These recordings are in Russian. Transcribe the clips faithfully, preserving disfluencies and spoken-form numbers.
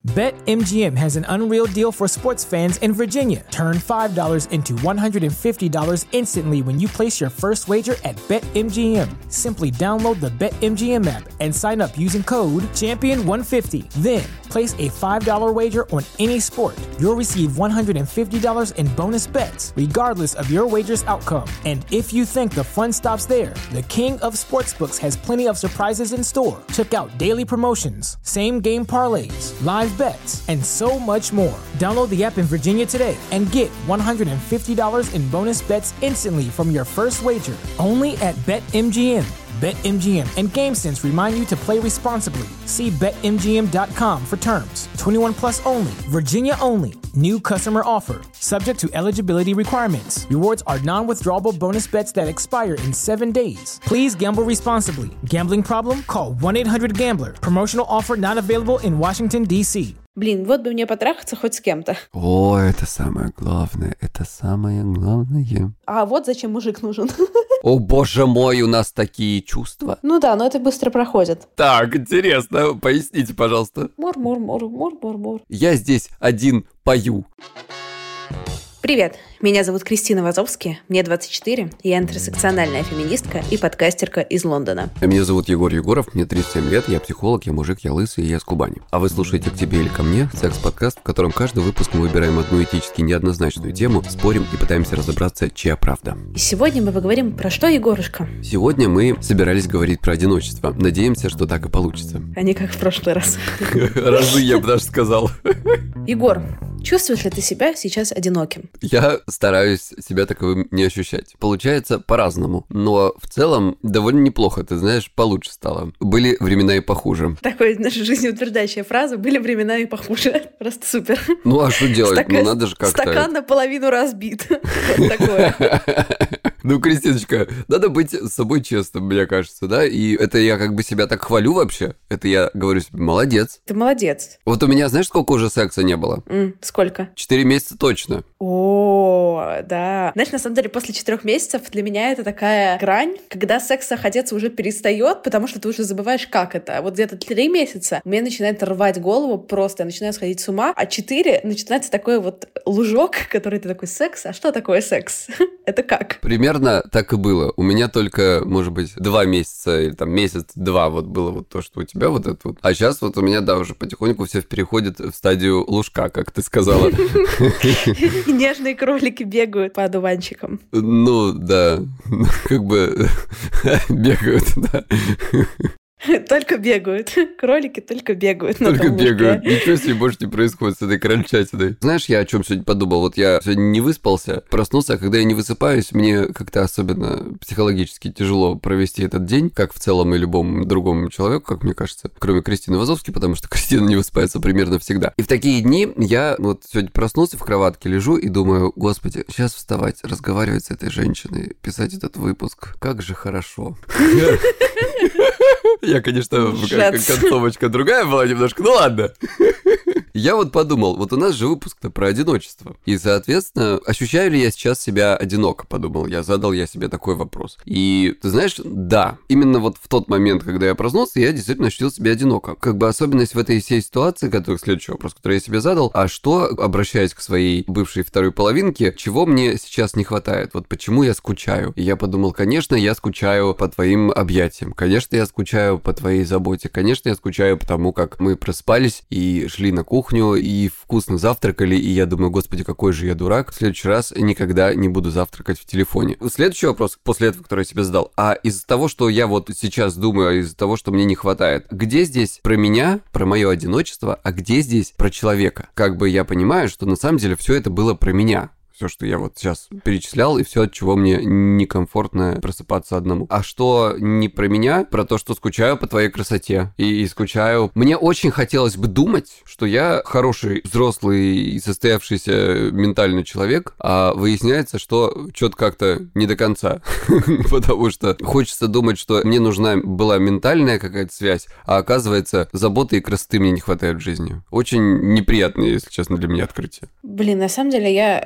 BetMGM has an unreal deal for sports fans in Virginia. Turn five dollars into one hundred fifty dollars instantly when you place your first wager at BetMGM. Simply download the BetMGM app and sign up using code champion one fifty. Then, place a five dollars wager on any sport. You'll receive one hundred fifty dollars in bonus bets, regardless of your wager's outcome. And if you think the fun stops there, the King of Sportsbooks has plenty of surprises in store. Check out daily promotions, same-game parlays, live bets, and so much more. Download the app in Virginia today and get one hundred fifty dollars in bonus bets instantly from your first wager. Only at BetMGM. BetMGM and GameSense remind you to play responsibly. See Bet M G M dot com for terms. twenty-one plus only. Virginia only. New customer offer. Subject to eligibility requirements. Rewards are non-withdrawable bonus bets that expire in seven days. Please gamble responsibly. Gambling problem? Call one eight hundred gambler. Promotional offer not available in Washington, ди си. Блин, вот бы мне потрахаться хоть с кем-то. О, это самое главное. Это самое главное. А вот зачем мужик нужен. О, боже мой, у нас такие чувства. Ну да, но это быстро проходит. Так, интересно. Поясните, пожалуйста. Мур-мур-мур, мур-мур-мур. Я здесь один пою. Привет, меня зовут Кристина Вазовски, мне двадцать четыре, я интерсекциональная феминистка и подкастерка из Лондона. А меня зовут Егор Егоров, мне тридцать семь лет, я психолог, я мужик, я лысый, и я с Кубани. А вы слушаете «К тебе или ко мне» — секс-подкаст, в котором каждый выпуск мы выбираем одну этически неоднозначную тему, спорим и пытаемся разобраться, чья правда. И сегодня мы поговорим про что, Егорушка? Сегодня мы собирались говорить про одиночество. Надеемся, что так и получится. А не как в прошлый раз. Разы я бы даже сказал. Егор, чувствуешь ли ты себя сейчас одиноким? Я стараюсь себя таковым не ощущать. Получается по-разному, но в целом довольно неплохо, ты знаешь, получше стало. Были времена и похуже. Такая наша жизнеутверждающая фраза. Были времена и похуже. Просто супер. Ну а что делать? Стакан, ну надо же как-то... Стакан наполовину разбит. Вот такое. Ну, Кристиночка, надо быть с собой честным, мне кажется, да? И это я как бы себя так хвалю вообще. Это я говорю себе, молодец. Ты молодец. Вот у меня, знаешь, сколько уже секса не было? Mm, сколько? Четыре месяца точно. О, да. Знаешь, на самом деле, после четырех месяцев для меня это такая грань, когда секса хотеться уже перестает, потому что ты уже забываешь, как это. Вот где-то три месяца мне начинает рвать голову просто, я начинаю сходить с ума, а четыре начинается такой вот лужок, который ты такой, секс? А что такое секс? Это как? Примерно так и было. У меня только, может быть, два месяца или там месяц-два вот было вот то, что у тебя вот это вот. А сейчас вот у меня, да, уже потихоньку все переходит в стадию лужка, как ты сказала. Нежные кролики бегают по одуванчикам. Ну, да, как бы бегают, да. Только бегают. Кролики только бегают. Только бегают. Ничего себе больше не происходит с этой крольчатиной. Знаешь, я о чем сегодня подумал? Вот я сегодня не выспался, проснулся, а когда я не высыпаюсь, мне как-то особенно психологически тяжело провести этот день, как в целом и любому другому человеку, как мне кажется, кроме Кристины Вазовски, потому что Кристина не высыпается примерно всегда. И в такие дни я вот сегодня проснулся в кроватке, лежу и думаю, господи, сейчас вставать, разговаривать с этой женщиной, писать этот выпуск. Как же хорошо. Я, конечно, концовочка другая была немножко, ну ладно. Я вот подумал, вот у нас же выпуск-то про одиночество. И, соответственно, ощущаю ли я сейчас себя одиноко, подумал я, задал я себе такой вопрос. И, ты знаешь, да, именно вот в тот момент, когда я проснулся, я действительно ощутил себя одиноко. Как бы особенность в этой всей ситуации, который, следующий вопрос, который я себе задал, а что, обращаясь к своей бывшей второй половинке, чего мне сейчас не хватает? Вот почему я скучаю? И я подумал, конечно, я скучаю по твоим объятиям, конечно, я скучаю по твоей заботе, конечно, я скучаю по тому, как мы проспались и шли на кухню, и вкусно завтракали, и я думаю, господи, какой же я дурак, в следующий раз никогда не буду завтракать в телефоне. Следующий вопрос, после этого, который я себе задал, а из-за того, что я вот сейчас думаю, из-за того, что мне не хватает, где здесь про меня, про мое одиночество, а где здесь про человека? Как бы я понимаю, что на самом деле все это было про меня. Все, что я вот сейчас перечислял, и все, от чего мне некомфортно просыпаться одному. А что не про меня, про то, что скучаю по твоей красоте. И, и скучаю... Мне очень хотелось бы думать, что я хороший, взрослый и состоявшийся ментальный человек, а выясняется, что что-то как-то не до конца. Потому что хочется думать, что мне нужна была ментальная какая-то связь, а оказывается, заботы и красоты мне не хватает в жизни. Очень неприятное, если честно, для меня открытие. Блин, на самом деле я отлично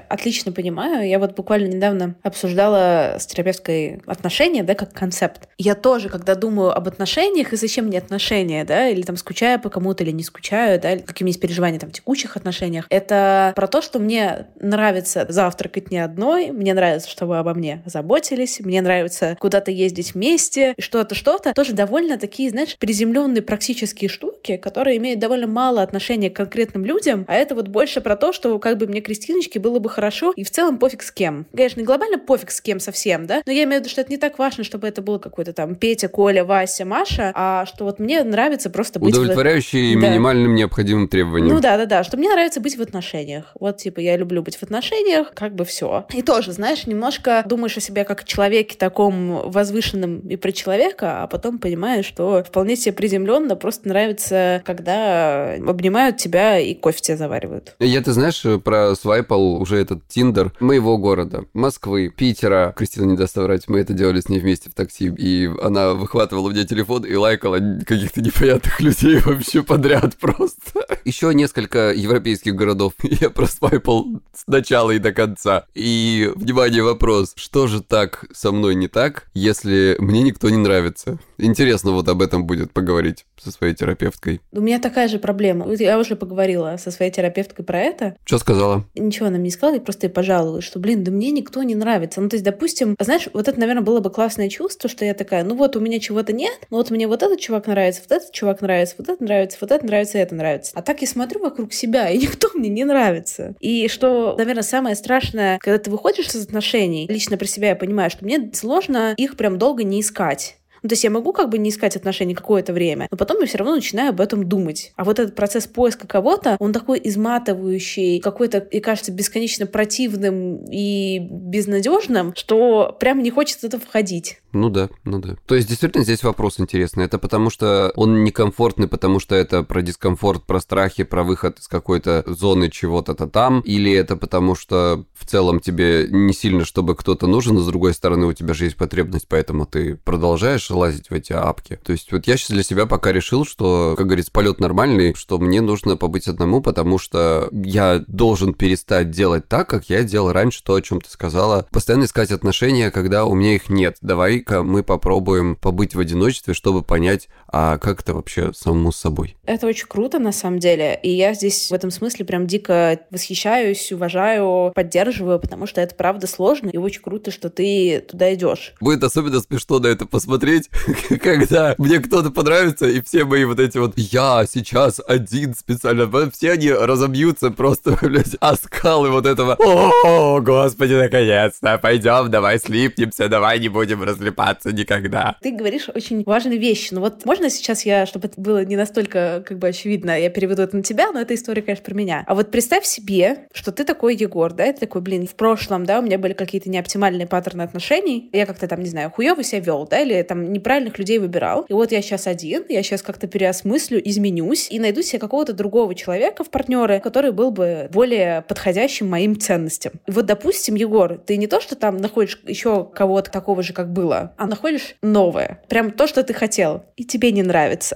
лично понимаю. Я вот буквально недавно обсуждала с терапевткой отношения, да, как концепт. Я тоже, когда думаю об отношениях, и зачем мне отношения, да, или там скучаю по кому-то, или не скучаю, да, какие у меня есть переживания там в текущих отношениях, это про то, что мне нравится завтракать не одной, мне нравится, чтобы обо мне заботились, мне нравится куда-то ездить вместе, что-то, что-то. Тоже довольно такие, знаешь, приземленные практические штуки, которые имеют довольно мало отношения к конкретным людям, а это вот больше про то, что как бы мне, Кристиночке, было бы хорошо, и в целом пофиг с кем. Конечно, не глобально пофиг с кем совсем, да, но я имею в виду, что это не так важно, чтобы это был какой-то там Петя, Коля, Вася, Маша, а что вот мне нравится просто быть... Удовлетворяющий в... минимальным да. необходимым требованиям. Ну да-да-да, что мне нравится быть в отношениях. Вот, типа, я люблю быть в отношениях, как бы все. И тоже, знаешь, немножко думаешь о себе как о человеке таком возвышенном и про человека, а потом понимаешь, что вполне себе приземленно просто нравится, когда обнимают тебя и кофе тебе заваривают. Я, ты знаешь, про свайпал уже этот Тиндер моего города, Москвы, Питера. Кристина не даст соврать, мы это делали с ней вместе в такси, и она выхватывала у меня телефон и лайкала каких-то непонятных людей вообще подряд просто. Еще несколько европейских городов я просвайпал с начала и до конца. И, внимание, вопрос, что же так со мной не так, если мне никто не нравится? Интересно вот об этом будет поговорить со своей терапевткой. У меня такая же проблема. Я уже поговорила со своей терапевткой про это. Что сказала? Ничего она мне не сказала, я просто ей пожаловалась, что, блин, да мне никто не нравится. Ну, то есть, допустим, знаешь, вот это, наверное, было бы классное чувство, что я такая, ну вот у меня чего-то нет, но вот мне вот этот чувак нравится, вот этот чувак нравится, вот это нравится, вот это нравится, это нравится. А так я смотрю вокруг себя, и никто мне не нравится. И что, наверное, самое страшное, когда ты выходишь из отношений, лично про себя я понимаю, что мне сложно их прям долго не искать. Ну, то есть я могу как бы не искать отношений какое-то время, но потом я все равно начинаю об этом думать. А вот этот процесс поиска кого-то, он такой изматывающий, какой-то, и кажется, бесконечно противным и безнадежным, что прям не хочется в это входить. Ну да, ну да. То есть действительно здесь вопрос интересный. Это потому что он некомфортный, потому что это про дискомфорт, про страхи, про выход из какой-то зоны чего-то там, или это потому что в целом тебе не сильно, чтобы кто-то нужен, но с другой стороны у тебя же есть потребность, поэтому ты продолжаешь лазить в эти апки. То есть вот я сейчас для себя пока решил, что, как говорится, полет нормальный, что мне нужно побыть одному, потому что я должен перестать делать так, как я делал раньше, то, о чем ты сказала. Постоянно искать отношения, когда у меня их нет. Давай-ка мы попробуем побыть в одиночестве, чтобы понять, а как это вообще самому с собой. Это очень круто, на самом деле. И я здесь в этом смысле прям дико восхищаюсь, уважаю, поддерживаю, потому что это правда сложно, и очень круто, что ты туда идешь. Будет особенно смешно на это посмотреть, когда мне кто-то понравится, и все мои вот эти вот «я сейчас один специально», все они разобьются просто, блядь, оскалы вот этого «О, господи, наконец-то, пойдем, давай слипнемся, давай не будем разлипаться никогда». Ты говоришь очень важные вещи. Ну вот можно сейчас я, чтобы это было не настолько как бы очевидно, я переведу это на тебя, но эта история, конечно, про меня. А вот представь себе, что ты такой Егор, да, ты такой, блин, в прошлом, да, у меня были какие-то неоптимальные паттерны отношений, я как-то там, не знаю, хуёво себя вел, да, или там неправильных людей выбирал. И вот я сейчас один, я сейчас как-то переосмыслю, изменюсь и найду себе какого-то другого человека в партнеры, который был бы более подходящим моим ценностям. И вот, допустим, Егор, ты не то, что там находишь еще кого-то такого же, как было, а находишь новое. Прям то, что ты хотел, и тебе не нравится.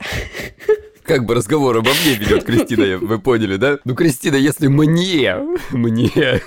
Как бы разговор обо мне ведет Кристина, вы поняли, да? Ну, Кристина, если мне, мне...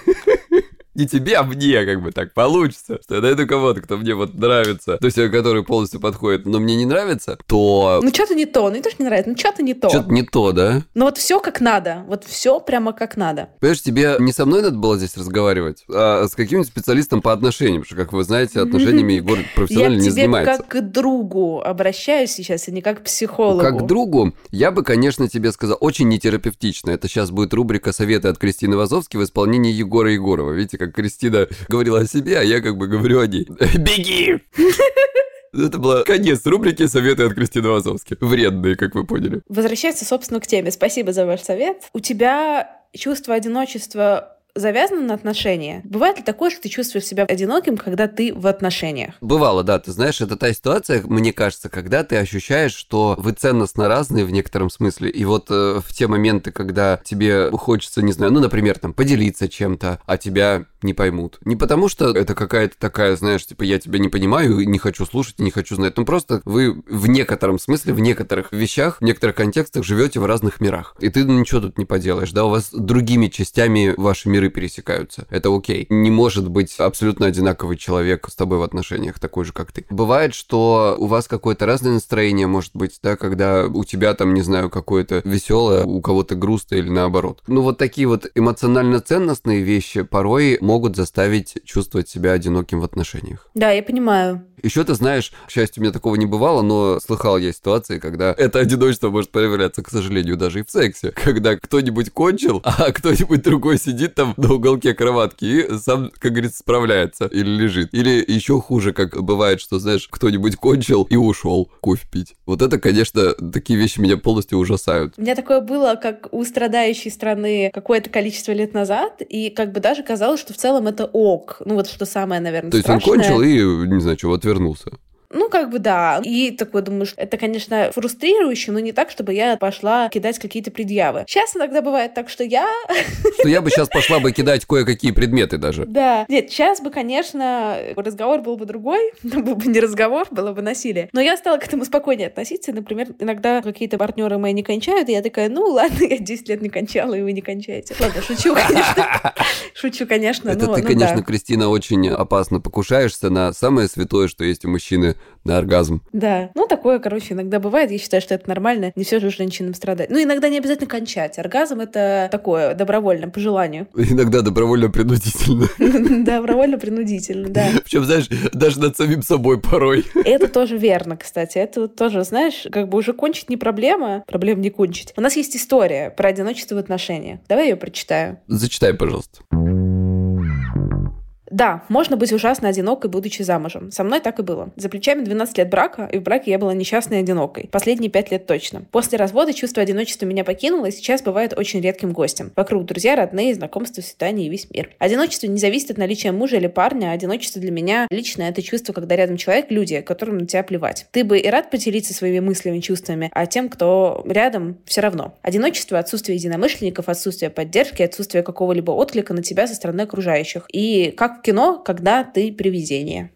не тебе, а мне как бы так получится, что я найду кого-то, кто мне вот нравится, то есть который полностью подходит, но мне не нравится, то... Ну, что-то не то, ну, не то, что не нравится, ну, что-то не то. Что-то не то, да? Ну, вот все как надо, вот все прямо как надо. Понимаешь, тебе не со мной надо было здесь разговаривать, а с каким-нибудь специалистом по отношениям, потому что, как вы знаете, отношениями Егор профессионально не занимается. Я к тебе как к другу обращаюсь сейчас, а не как к психологу. Как к другу, я бы, конечно, тебе сказал, очень нетерапевтично. Это сейчас будет рубрика «Советы от Кристины Вазовски» в исполнении Егора Егорова. Видите, как Кристина говорила о себе, а я как бы говорю о ней. Беги! Это был конец рубрики «Советы от Кристины Вазовски». Вредные, как вы поняли. Возвращаться, собственно, к теме. Спасибо за ваш совет. У тебя чувство одиночества завязано на отношения? Бывает ли такое, что ты чувствуешь себя одиноким, когда ты в отношениях? Бывало, да. Ты знаешь, это та ситуация, мне кажется, когда ты ощущаешь, что вы ценностно разные в некотором смысле. И вот э, в те моменты, когда тебе хочется, не знаю, ну, например, там, поделиться чем-то, а тебя не поймут. Не потому, что это какая-то такая, знаешь, типа, я тебя не понимаю, не хочу слушать, не хочу знать. Ну, просто вы в некотором смысле, в некоторых вещах, в некоторых контекстах живете в разных мирах. И ты ну, ничего тут не поделаешь, да, у вас другими частями ваши миры миры пересекаются. Это окей. Не может быть абсолютно одинаковый человек с тобой в отношениях, такой же, как ты. Бывает, что у вас какое-то разное настроение, может быть, да, когда у тебя там, не знаю, какое-то веселое, у кого-то грустное или наоборот. Ну, вот такие вот эмоционально ценностные вещи порой могут заставить чувствовать себя одиноким в отношениях. Да, я понимаю. Еще ты знаешь, к счастью, у меня такого не бывало, но слыхал я ситуации, когда это одиночество может проявляться, к сожалению, даже и в сексе. Когда кто-нибудь кончил, а кто-нибудь другой сидит там на уголке кроватки и сам, как говорится, справляется или лежит. Или еще хуже, как бывает, что, знаешь, кто-нибудь кончил и ушел кофе пить. Вот это, конечно, такие вещи меня полностью ужасают. У меня такое было, как у страдающей страны какое-то количество лет назад, и как бы даже казалось, что в целом это ок. Ну вот что самое, наверное, То есть страшное. он кончил и, не знаю, чего, отвернулся. Ну, как бы да. И такой думаешь, это, конечно, фрустрирующе, но не так, чтобы я пошла кидать какие-то предъявы. Сейчас иногда бывает так, что я... Что я бы сейчас пошла бы кидать кое-какие предметы даже. Да. Нет, сейчас бы, конечно, разговор был бы другой, был бы не разговор, было бы насилие. Но я стала к этому спокойнее относиться. Например, иногда какие-то партнеры мои не кончают, и я такая, ну ладно, я десять лет не кончала, и вы не кончаете. Ладно, шучу, конечно. Шучу, конечно. Это ты, конечно, Кристина, очень опасно покушаешься на самое святое, что есть у мужчины, на оргазм. Да. Ну, такое, короче, иногда бывает. Я считаю, что это нормально. Не все же женщинам страдать. Ну, иногда не обязательно кончать. Оргазм — это такое, добровольно, по желанию. Иногда добровольно-принудительно. Добровольно-принудительно, да. Причем, знаешь, даже над самим собой порой. Это тоже верно, кстати. Это вот тоже, знаешь, как бы уже кончить не проблема, проблем не кончить. У нас есть история про одиночество в отношениях. Давай я ее прочитаю. Зачитай, пожалуйста. Да, можно быть ужасно одинокой, будучи замужем. Со мной так и было. За плечами двенадцать лет брака, и в браке я была несчастной и одинокой. Последние пять лет точно. После развода чувство одиночества меня покинуло, и сейчас бывает очень редким гостем. Вокруг друзья, родные, знакомства, свидания и весь мир. Одиночество не зависит от наличия мужа или парня, а одиночество для меня лично это чувство, когда рядом человек, люди, которым на тебя плевать. Ты бы и рад поделиться своими мыслями, чувствами, а тем, кто рядом, все равно. Одиночество, отсутствие единомышленников, отсутствие поддержки, отсутствие какого-либо отклика на тебя со стороны окружающих. И как в кино, когда ты привидение.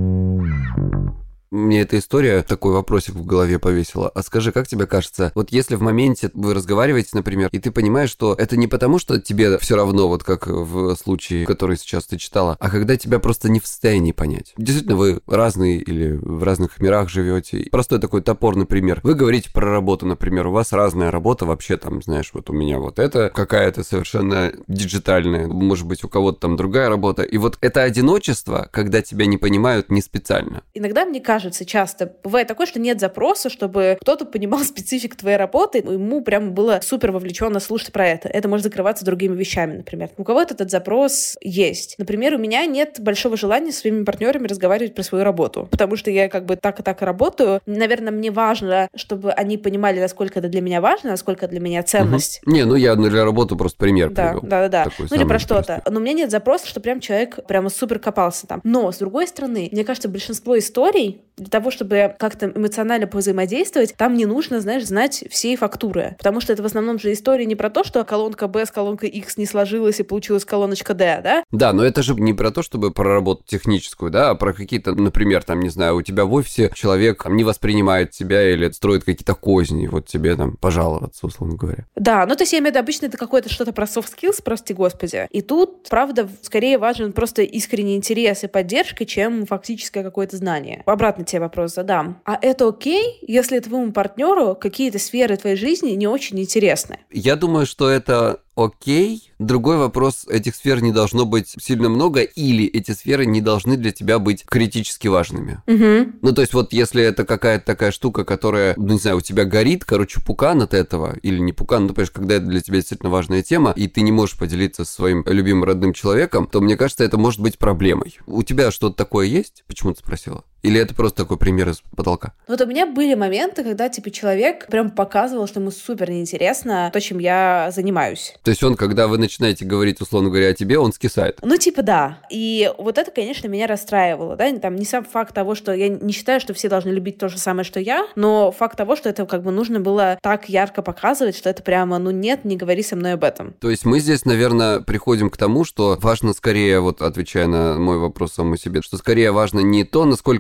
Мне эта история такой вопросик в голове повесила. А скажи, как тебе кажется, вот если в моменте вы разговариваете, например, и ты понимаешь, что это не потому, что тебе все равно, вот как в случае, который сейчас ты читала, а когда тебя просто не в состоянии понять. Действительно, вы разные или в разных мирах живете. Простой такой топорный пример. Вы говорите про работу, например, у вас разная работа, вообще там, знаешь, вот у меня вот это какая-то совершенно диджитальная, может быть, у кого-то там другая работа. И вот это одиночество, когда тебя не понимают не специально. Иногда мне кажется, кажется, часто бывает такое, что нет запроса, чтобы кто-то понимал специфику твоей работы, ему прям было супер вовлеченно слушать про это. Это может закрываться другими вещами, например. У кого-то этот запрос есть. Например, у меня нет большого желания с своими партнерами разговаривать про свою работу, потому что я как бы так и так и работаю. Наверное, мне важно, чтобы они понимали, насколько это для меня важно, насколько для меня ценность. Угу. Не, ну я для работы просто пример да, привел. Да, да, да. Ну или про что-то. Но у меня нет запроса, что прям человек прямо супер копался там. Но, с другой стороны, мне кажется, большинство историй для того, чтобы как-то эмоционально повзаимодействовать, там не нужно, знаешь, знать все фактуры. Потому что это в основном же история не про то, что колонка Б с колонкой X не сложилась и получилась колоночка Д, да? Да, но это же не про то, чтобы проработать техническую, да, а про какие-то, например, там, не знаю, у тебя в офисе человек там, не воспринимает тебя или строит какие-то козни, вот тебе там пожаловаться, условно говоря. Да, ну то есть я имею в виду, обычно это какое-то что-то про soft skills, прости господи. И тут, правда, скорее важен просто искренний интерес и поддержка, чем фактическое какое-то знание. Обратно тебе вопрос задам. А это окей, если твоему партнеру какие-то сферы твоей жизни не очень интересны? Я думаю, что это окей. Другой вопрос, этих сфер не должно быть сильно много, или эти сферы не должны для тебя быть критически важными. Угу. Ну, то есть вот если это какая-то такая штука, которая, ну, не знаю, у тебя горит, короче, пукан от этого, или не пукан, ну, понимаешь, когда это для тебя действительно важная тема, и ты не можешь поделиться со своим любимым родным человеком, то, мне кажется, это может быть проблемой. У тебя что-то такое есть? Почему ты спросила? Или это просто такой пример из потолка? Вот у меня были моменты, когда, типа, человек прям показывал, что ему супер неинтересно то, чем я занимаюсь. То есть он, когда вы начинаете говорить, условно говоря, о тебе, он скисает? Ну, типа, да. И вот это, конечно, меня расстраивало, да, там не сам факт того, что я не считаю, что все должны любить то же самое, что я, но факт того, что это как бы нужно было так ярко показывать, что это прямо, ну нет, не говори со мной об этом. То есть мы здесь, наверное, приходим к тому, что важно скорее, вот отвечая на мой вопрос самому себе, что скорее важно не то, насколько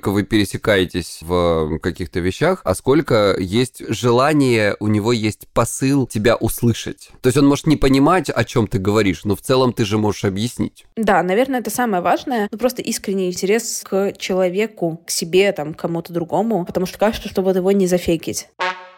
сколько вы пересекаетесь в каких-то вещах, а сколько есть желание, у него есть посыл тебя услышать. То есть он может не понимать, о чем ты говоришь, но в целом ты же можешь объяснить. Да, наверное, это самое важное. Ну, просто искренний интерес к человеку, к себе, там, к кому-то другому, потому что кажется, что вот его не зафейкить.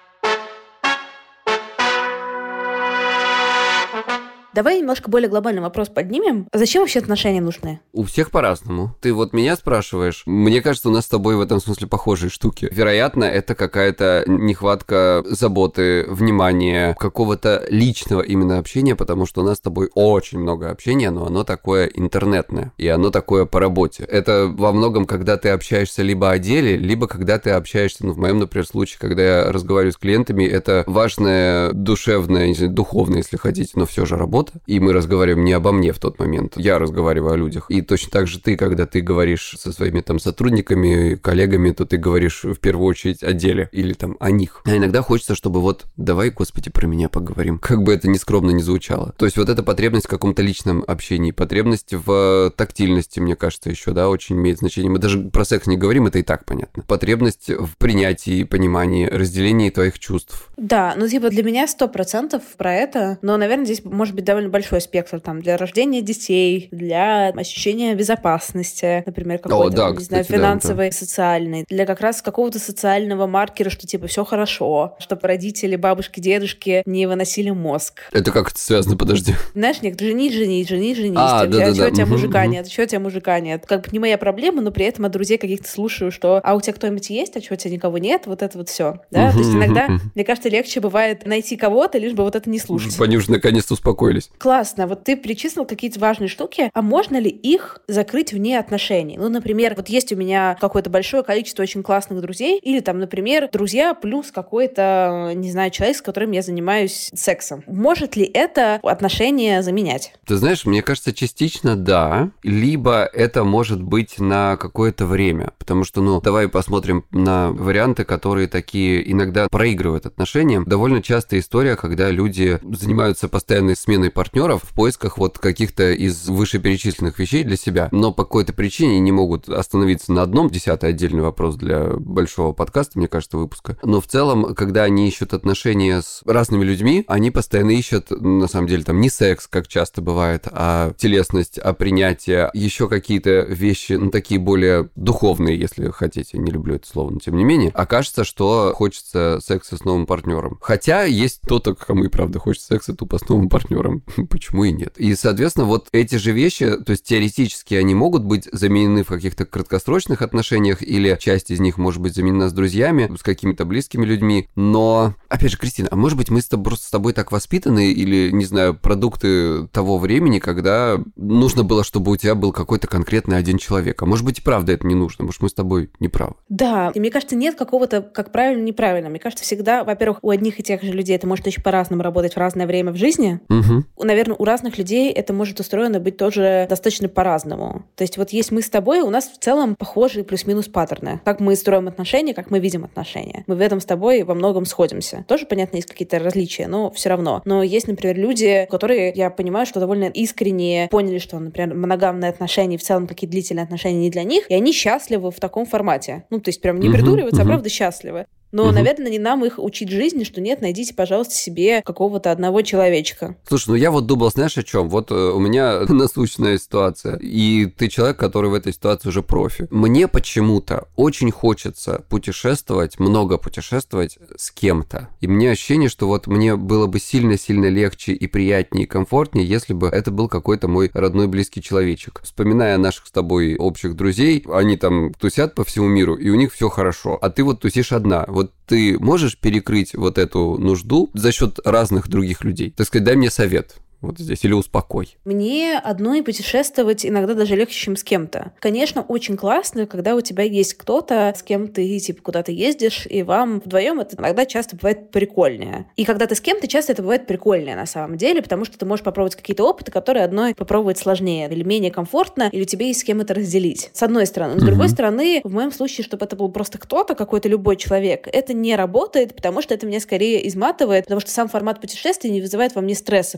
Давай немножко более глобальный вопрос поднимем. Зачем вообще отношения нужны? У всех по-разному. Ты вот меня спрашиваешь. Мне кажется, у нас с тобой в этом смысле похожие штуки. Вероятно, это какая-то нехватка заботы, внимания, какого-то личного именно общения, потому что у нас с тобой очень много общения, но оно такое интернетное, и оно такое по работе. Это во многом, когда ты общаешься либо о деле, либо когда ты общаешься, ну, в моем, например, случае, когда я разговариваю с клиентами, это важная, душевная, не знаю, духовная, если хотите, но все же работа. И мы разговариваем не обо мне в тот момент. Я разговариваю о людях. И точно так же ты, когда ты говоришь со своими там сотрудниками, коллегами, то ты говоришь в первую очередь о деле или там о них. А иногда хочется, чтобы вот давай, Господи, про меня поговорим. Как бы это ни скромно ни звучало. То есть вот эта потребность в каком-то личном общении, потребность в тактильности, мне кажется, еще, да, очень имеет значение. Мы даже про секс не говорим, это и так понятно. Потребность в принятии, понимании, разделении твоих чувств. Да, ну типа для меня сто процентов про это, но, наверное, здесь может быть довольно большой спектр там для рождения детей, для ощущения безопасности, например, какой-то, О, да, не кстати, знаю, финансовый, да, социальный, для как раз какого-то социального маркера, что типа все хорошо, чтобы родители, бабушки, дедушки не выносили мозг. Это как это связано, подожди? Знаешь, нет, женись, женись, женись, женись. А, тем, да, а да, чего да. у тебя Угу, мужика угу. нет, а чего у тебя мужика нет? Как бы не моя проблема, но при этом от друзей каких-то слушаю, что а у тебя кто-нибудь есть, а чего у тебя никого нет, вот это вот все. Да? Угу, То есть иногда, угу. мне кажется, легче бывает найти кого-то, лишь бы вот это не слушать. Они уже наконец-то успокоились. Классно. Вот ты перечислил какие-то важные штуки, а можно ли их закрыть вне отношений? Ну, например, вот есть у меня какое-то большое количество очень классных друзей, или там, например, друзья плюс какой-то, не знаю, человек, с которым я занимаюсь сексом. Может ли это отношения заменять? Ты знаешь, мне кажется, частично да, либо это может быть на какое-то время, потому что, ну, давай посмотрим на варианты, которые такие иногда проигрывают отношениям. Довольно частая история, когда люди занимаются постоянной сменой партнеров в поисках вот каких-то из вышеперечисленных вещей для себя, но по какой-то причине не могут остановиться на одном. Десятый отдельный вопрос для большого подкаста, мне кажется, выпуска. Но в целом, когда они ищут отношения с разными людьми, они постоянно ищут, на самом деле, там не секс, как часто бывает, а телесность, а принятие, еще какие-то вещи, ну, такие более духовные, если хотите. Не люблю это слово, но тем не менее. Окажется, что хочется секса с новым партнером. Хотя есть кто-то, кому и правда хочется секса тупо с новым партнером. Почему и нет? И, соответственно, вот эти же вещи, то есть теоретически они могут быть заменены в каких-то краткосрочных отношениях, или часть из них может быть заменена с друзьями, с какими-то близкими людьми. Но, опять же, Кристина, а может быть мы с тобой, просто с тобой так воспитаны, или, не знаю, продукты того времени, когда нужно было, чтобы у тебя был какой-то конкретный один человек. А может быть и правда это не нужно, может мы с тобой не правы. Да, и мне кажется, нет какого-то, как правильно, неправильно. Мне кажется, всегда, во-первых, у одних и тех же людей это может очень по-разному работать в разное время в жизни. Угу. Наверное, у разных людей это может устроено быть тоже достаточно по-разному. То есть вот есть мы с тобой, у нас в целом похожие плюс-минус паттерны. Как мы строим отношения, как мы видим отношения. Мы в этом с тобой во многом сходимся. Тоже, понятно, есть какие-то различия, но все равно. Но есть, например, люди, которые, я понимаю, что довольно искренне поняли, что, например, моногамные отношения, в целом какие-то длительные отношения не для них, и они счастливы в таком формате. Ну, то есть прям не придуриваются, uh-huh, uh-huh. а правда счастливы. Но, угу. наверное, не нам их учить жизни, что нет, найдите, пожалуйста, себе какого-то одного человечка. Слушай, ну я вот думал, знаешь, о чем? Вот у меня насущная ситуация, и ты человек, который в этой ситуации уже профи. Мне почему-то очень хочется путешествовать, много путешествовать с кем-то. И мне ощущение, что вот мне было бы сильно-сильно легче и приятнее, и комфортнее, если бы это был какой-то мой родной близкий человечек. Вспоминая наших с тобой общих друзей, они там тусят по всему миру, и у них все хорошо, а ты вот тусишь одна. Вот ты можешь перекрыть вот эту нужду за счет разных других людей? Так сказать, дай мне совет. Вот здесь, или успокой. Мне одной путешествовать иногда даже легче, чем с кем-то. Конечно, очень классно, когда у тебя есть кто-то, с кем ты, типа, куда-то ездишь, и вам вдвоем это иногда часто бывает прикольнее. И когда ты с кем-то, часто это бывает прикольнее на самом деле, потому что ты можешь попробовать какие-то опыты, которые одной попробовать сложнее, или менее комфортно, или тебе есть с кем это разделить. С одной стороны. Но с другой uh-huh. стороны, в моем случае, чтобы это был просто кто-то, какой-то любой человек, это не работает, потому что это меня скорее изматывает, потому что сам формат путешествия не вызывает во мне стресса, поэтому мне не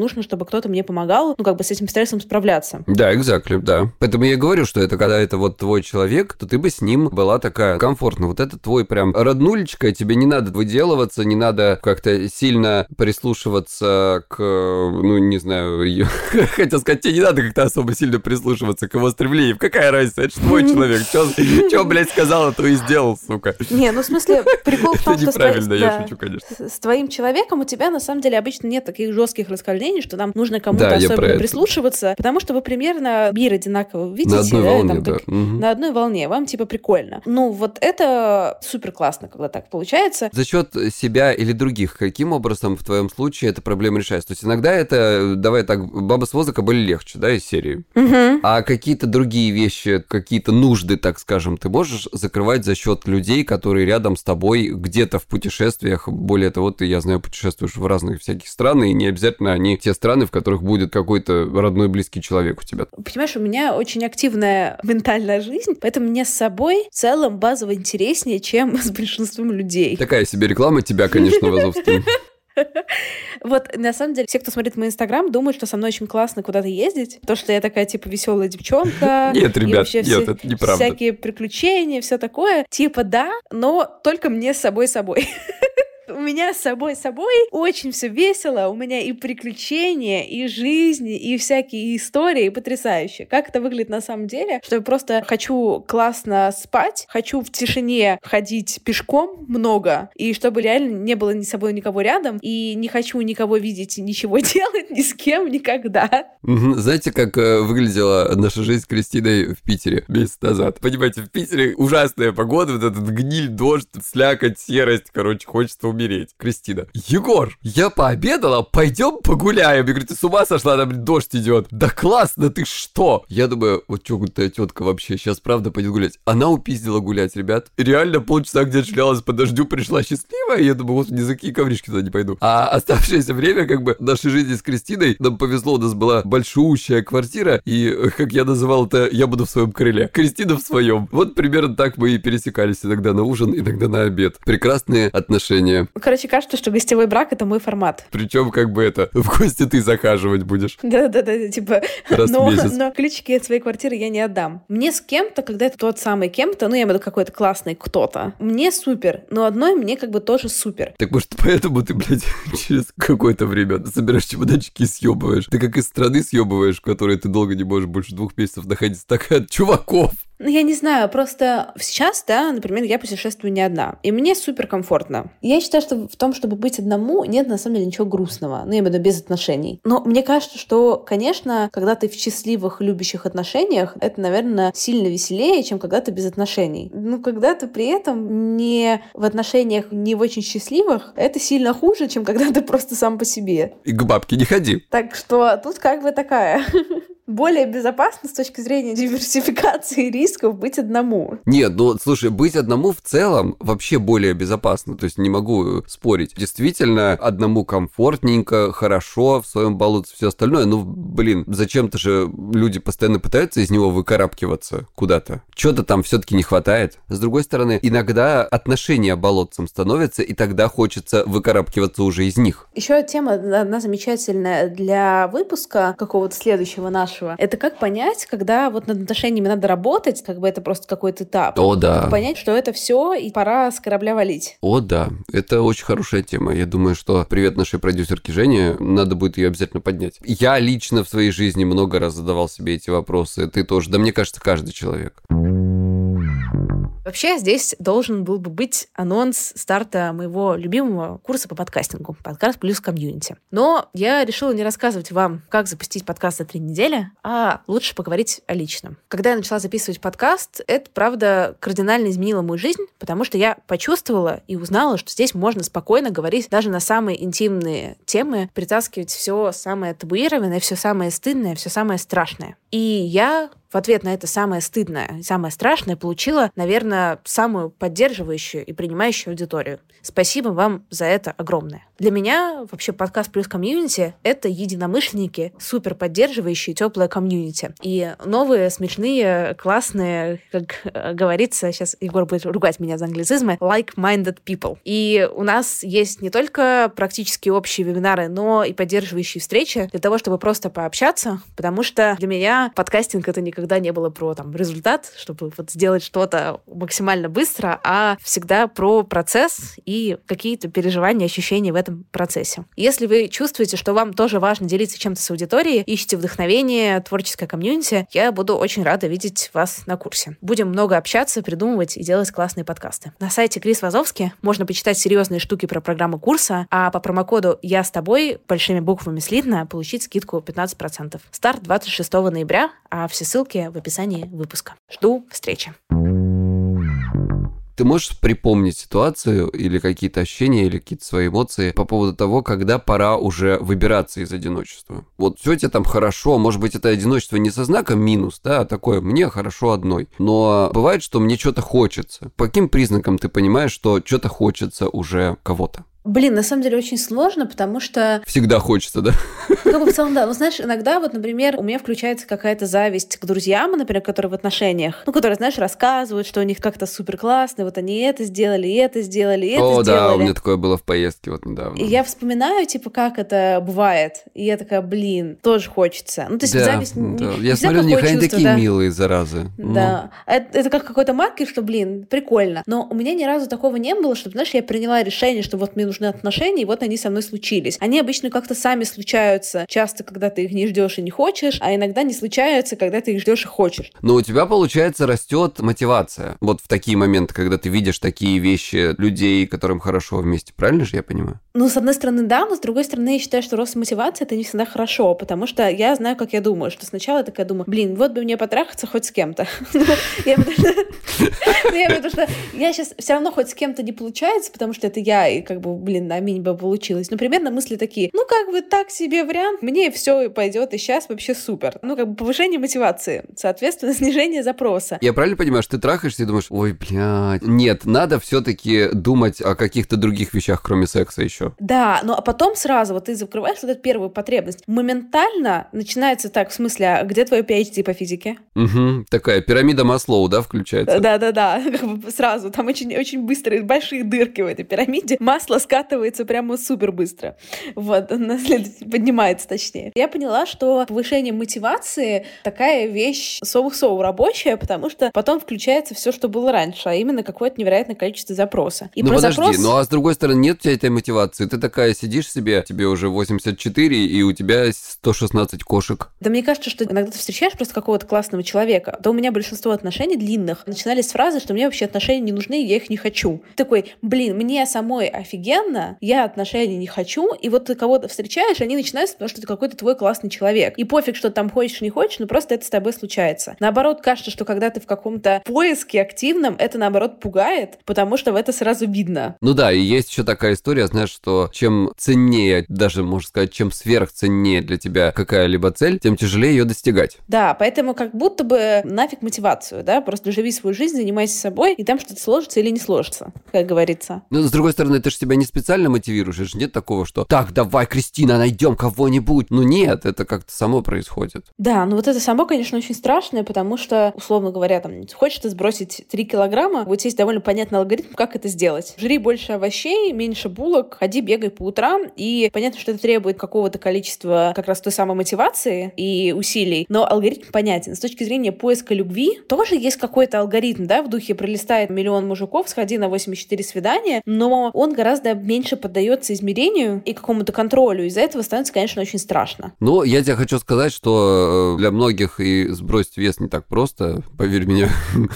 нужно, чтобы кто-то мне помогал, ну, как бы с этим стрессом справляться. Да, exactly, да. Поэтому я и говорю, что это когда это вот твой человек, то ты бы с ним была такая комфортная. Вот это твой прям роднулечка, тебе не надо выделываться, не надо как-то сильно прислушиваться к, ну, не знаю, хотел сказать, тебе не надо как-то особо сильно прислушиваться к его стремлениям. Какая разница? Это же твой человек. Чё, блядь, сказала, то и сделал, сука. Не, ну, в смысле, прикол в том, что неправильно, я шучу, конечно. С твоим человеком у тебя, на самом деле, обычно нет таких жестких расхождений, что нам нужно кому-то особенно прислушиваться, потому что вы примерно мир одинаково видите. На одной да, волне, там, да. так, угу. На одной волне. Вам, типа, прикольно. Ну, вот это супер классно, когда так получается. За счет себя или других, каким образом в твоем случае эта проблема решается? То есть иногда это, давай так, баба с воза были легче, да, из серии. Угу. А какие-то другие вещи, какие-то нужды, так скажем, ты можешь закрывать за счет людей, которые рядом с тобой где-то в путешествиях. Более того, ты, я знаю, путешествуешь в разных всяких странах, и не обязательно они те страны, в которых будет какой-то родной близкий человек у тебя. Понимаешь, у меня очень активная ментальная жизнь, поэтому мне с собой в целом базово интереснее, чем с большинством людей. Такая себе реклама тебя, конечно, Вазовский. Вот, на самом деле, все, кто смотрит мой инстаграм, думают, что со мной очень классно куда-то ездить. То, что я такая, типа, веселая девчонка. Нет, ребят, нет, все, это неправда. Всякие приключения, все такое. Типа, да, но только мне с собой-собой. У меня с собой-собой очень все весело, у меня и приключения, и жизни, и всякие истории потрясающие. Как это выглядит на самом деле? Что я просто хочу классно спать, хочу в тишине ходить пешком много, и чтобы реально не было ни с собой никого рядом, и не хочу никого видеть, ничего делать, ни с кем, никогда. Знаете, как э, выглядела наша жизнь с Кристиной в Питере месяц назад? Понимаете, в Питере ужасная погода, вот этот гниль, дождь, слякоть, серость, короче, хочется умереть. Кристина: Егор, я пообедала, пойдем погуляем. Я говорю, ты с ума сошла, там дождь идет. Да классно, ты что? Я думаю, вот чокнутая тетка вообще сейчас правда пойдет гулять. Она упиздила гулять, ребят. Реально полчаса где-то шлялась по дождю, пришла счастливая. Я думаю, господи, ни за какие ковришки туда не пойду. А оставшееся время, как бы, нашей жизни с Кристиной, нам повезло, у нас была большущая квартира, и, как я называл это, я буду в своем крыле. Кристина в своем. Вот примерно так мы и пересекались иногда на ужин, иногда на обед. Прекрасные отношения. Короче, кажется, что гостевой брак — это мой формат. Причем, как бы это, в гости ты захаживать будешь. Да-да-да, типа, раз но, в месяц. Но ключики от своей квартиры я не отдам. Мне с кем-то, когда это тот самый кем-то, ну, я имею в виду какой-то классный кто-то, мне супер, но одной мне как бы тоже супер. Так может, поэтому ты, блядь, через какое-то время собираешь чемоданчики и съебываешь. Ты как из страны съебываешь, в которой ты долго не можешь больше двух месяцев находиться. Так от чуваков. Ну, я не знаю, просто сейчас, да, например, я путешествую не одна, и мне супер комфортно. Я считаю, что в том, чтобы быть одному, нет на самом деле ничего грустного, ну, я имею в виду без отношений. Но мне кажется, что, конечно, когда ты в счастливых, любящих отношениях, это, наверное, сильно веселее, чем когда ты без отношений. Ну, когда ты при этом не в отношениях, не в очень счастливых, это сильно хуже, чем когда ты просто сам по себе. И к бабке не ходи. Так что тут как бы такая... более безопасно с точки зрения диверсификации рисков быть одному. Нет, ну, слушай, быть одному в целом вообще более безопасно, то есть не могу спорить. Действительно, одному комфортненько, хорошо, в своем болоте, все остальное, ну, блин, зачем-то же люди постоянно пытаются из него выкарабкиваться куда-то. Чего-то там все-таки не хватает. С другой стороны, иногда отношения болотцем становятся, и тогда хочется выкарабкиваться уже из них. Еще тема одна замечательная для выпуска какого-то следующего нашего. Это как понять, когда вот над отношениями надо работать, как бы это просто какой-то этап. О, да. Как понять, что это все, и пора с корабля валить. О, да. Это очень хорошая тема. Я думаю, что привет нашей продюсерке Жене, надо будет ее обязательно поднять. Я лично в своей жизни много раз задавал себе эти вопросы. Ты тоже. Да мне кажется, каждый человек. Вообще, здесь должен был бы быть анонс старта моего любимого курса по подкастингу. Подкаст плюс комьюнити. Но я решила не рассказывать вам, как запустить подкаст за три недели, а лучше поговорить о личном. Когда я начала записывать подкаст, это, правда, кардинально изменило мою жизнь, потому что я почувствовала и узнала, что здесь можно спокойно говорить даже на самые интимные темы, притаскивать все самое табуированное, все самое стыдное, все самое страшное. И я в ответ на это самое стыдное, самое страшное получила, наверное, самую поддерживающую и принимающую аудиторию. Спасибо вам за это огромное. Для меня вообще подкаст плюс комьюнити — это единомышленники, супер поддерживающие, теплое комьюнити. И новые, смешные, классные, как говорится, сейчас Егор будет ругать меня за англицизмы, like-minded people. И у нас есть не только практически общие вебинары, но и поддерживающие встречи для того, чтобы просто пообщаться, потому что для меня подкастинг — это никогда не было про там, результат, чтобы вот сделать что-то максимально быстро, а всегда про процесс и какие-то переживания, ощущения в этом процессе. Если вы чувствуете, что вам тоже важно делиться чем-то с аудиторией, ищете вдохновение, творческое комьюнити, я буду очень рада видеть вас на курсе. Будем много общаться, придумывать и делать классные подкасты. На сайте Крис Вазовски можно почитать серьезные штуки про программу курса, а по промокоду «Я с тобой» большими буквами слитно получить скидку пятнадцать процентов. Старт двадцать шестого ноября, а все ссылки в описании выпуска. Жду встречи. Ты можешь припомнить ситуацию или какие-то ощущения, или какие-то свои эмоции по поводу того, когда пора уже выбираться из одиночества? Вот все тебе там хорошо, может быть, это одиночество не со знаком минус, да, а такое «мне хорошо одной». Но бывает, что мне что-то хочется. По каким признакам ты понимаешь, что что-то хочется уже кого-то? Блин, на самом деле очень сложно, потому что... Всегда хочется, да? Ну, как бы в целом, да. Ну, знаешь, иногда вот, например, у меня включается какая-то зависть к друзьям, например, которые в отношениях, ну, которые, знаешь, рассказывают, что у них как-то супер классно, вот они это сделали, и это сделали, и это О, сделали. О, да, у меня такое было в поездке вот недавно. И я вспоминаю, типа, как это бывает, и я такая, блин, тоже хочется. Ну, то есть да, зависть... Да. Не, я не смотрю, у них они такие да? милые, заразы. Да. Ну. Это, это как какой-то маркер, что, блин, прикольно. Но у меня ни разу такого не было, чтобы, знаешь, я приняла решение, что вот мне нужны отношения, и вот они со мной случились. Они обычно как-то сами случаются, часто, когда ты их не ждешь и не хочешь, а иногда не случаются, когда ты их ждешь и хочешь. Но у тебя, получается, растет мотивация. Вот в такие моменты, когда ты видишь такие вещи людей, которым хорошо вместе. Правильно же я понимаю? Ну, с одной стороны, да, но с другой стороны, я считаю, что рост мотивации — это не всегда хорошо, потому что я знаю, как я думаю, что сначала я такая думаю, блин, вот бы мне потрахаться хоть с кем-то. Я потому что я сейчас все равно хоть с кем-то не получается, потому что это я, и как бы, блин, аминь бы получилось. Ну, примерно мысли такие, ну, как бы так себе вариант, мне все пойдет, и сейчас вообще супер. Ну, как бы повышение мотивации, соответственно, снижение запроса. Я правильно понимаю, что ты трахаешься и думаешь, ой, блядь, нет, надо все-таки думать о каких-то других вещах, кроме секса еще. Да, ну, а потом сразу вот ты закрываешь вот эту первую потребность. Моментально начинается так, в смысле, а где твой пи эйч ди по физике? Угу, такая пирамида Маслоу, да, включается? Да-да-да, как бы сразу, там очень, очень быстрые, большие дырки в этой пирамиде, масло скатывается прямо супер быстро. Вот, на след... поднимается точнее. Я поняла, что повышение мотивации такая вещь соу-соу рабочая, потому что потом включается все, что было раньше, а именно какое-то невероятное количество запроса. И ну про подожди, запрос... ну а с другой стороны нет у тебя этой мотивации, ты такая сидишь себе, тебе уже восемьдесят четыре, и у тебя сто шестнадцать кошек. Да мне кажется, что иногда ты встречаешь просто какого-то классного человека, да у меня большинство отношений длинных начинались с фразы, что мне вообще отношения не нужны, я их не хочу. Такой, блин, мне самой офигенно, я отношений не хочу, и вот ты кого-то встречаешь, они начинаются, потому что ты какой-то твой классный человек. И пофиг, что там хочешь, не хочешь, но просто это с тобой случается. Наоборот, кажется, что когда ты в каком-то поиске активном, это наоборот пугает, потому что в это сразу видно. Ну да, и есть еще такая история, знаешь, что чем ценнее, даже можно сказать, чем сверхценнее для тебя какая-либо цель, тем тяжелее ее достигать. Да, поэтому как будто бы нафиг мотивацию, да, просто живи свою жизнь, занимайся собой, и там что-то сложится или не сложится, как говорится. Ну, с другой стороны, ты же себя не специально мотивируешь, это же нет такого, что так, давай, Кристина, найдем кого-нибудь. Ну нет, это как-то само происходит. Да, ну вот это само, конечно, очень страшное, потому что, условно говоря, там, хочешь ты сбросить три килограмма, вот есть довольно понятный алгоритм, как это сделать. Жри больше овощей, меньше булок, ходи, бегай по утрам, и понятно, что это требует какого-то количества как раз той самой мотивации и усилий, но алгоритм понятен. С точки зрения поиска любви тоже есть какой-то алгоритм, да, в духе пролистает миллион мужиков, сходи на восемьдесят четыре свидания, но он гораздо меньше поддается измерению и какому-то контролю. Из-за этого становится, конечно, очень страшно. Ну, я тебе хочу сказать, что для многих и сбросить вес не так просто, поверь мне,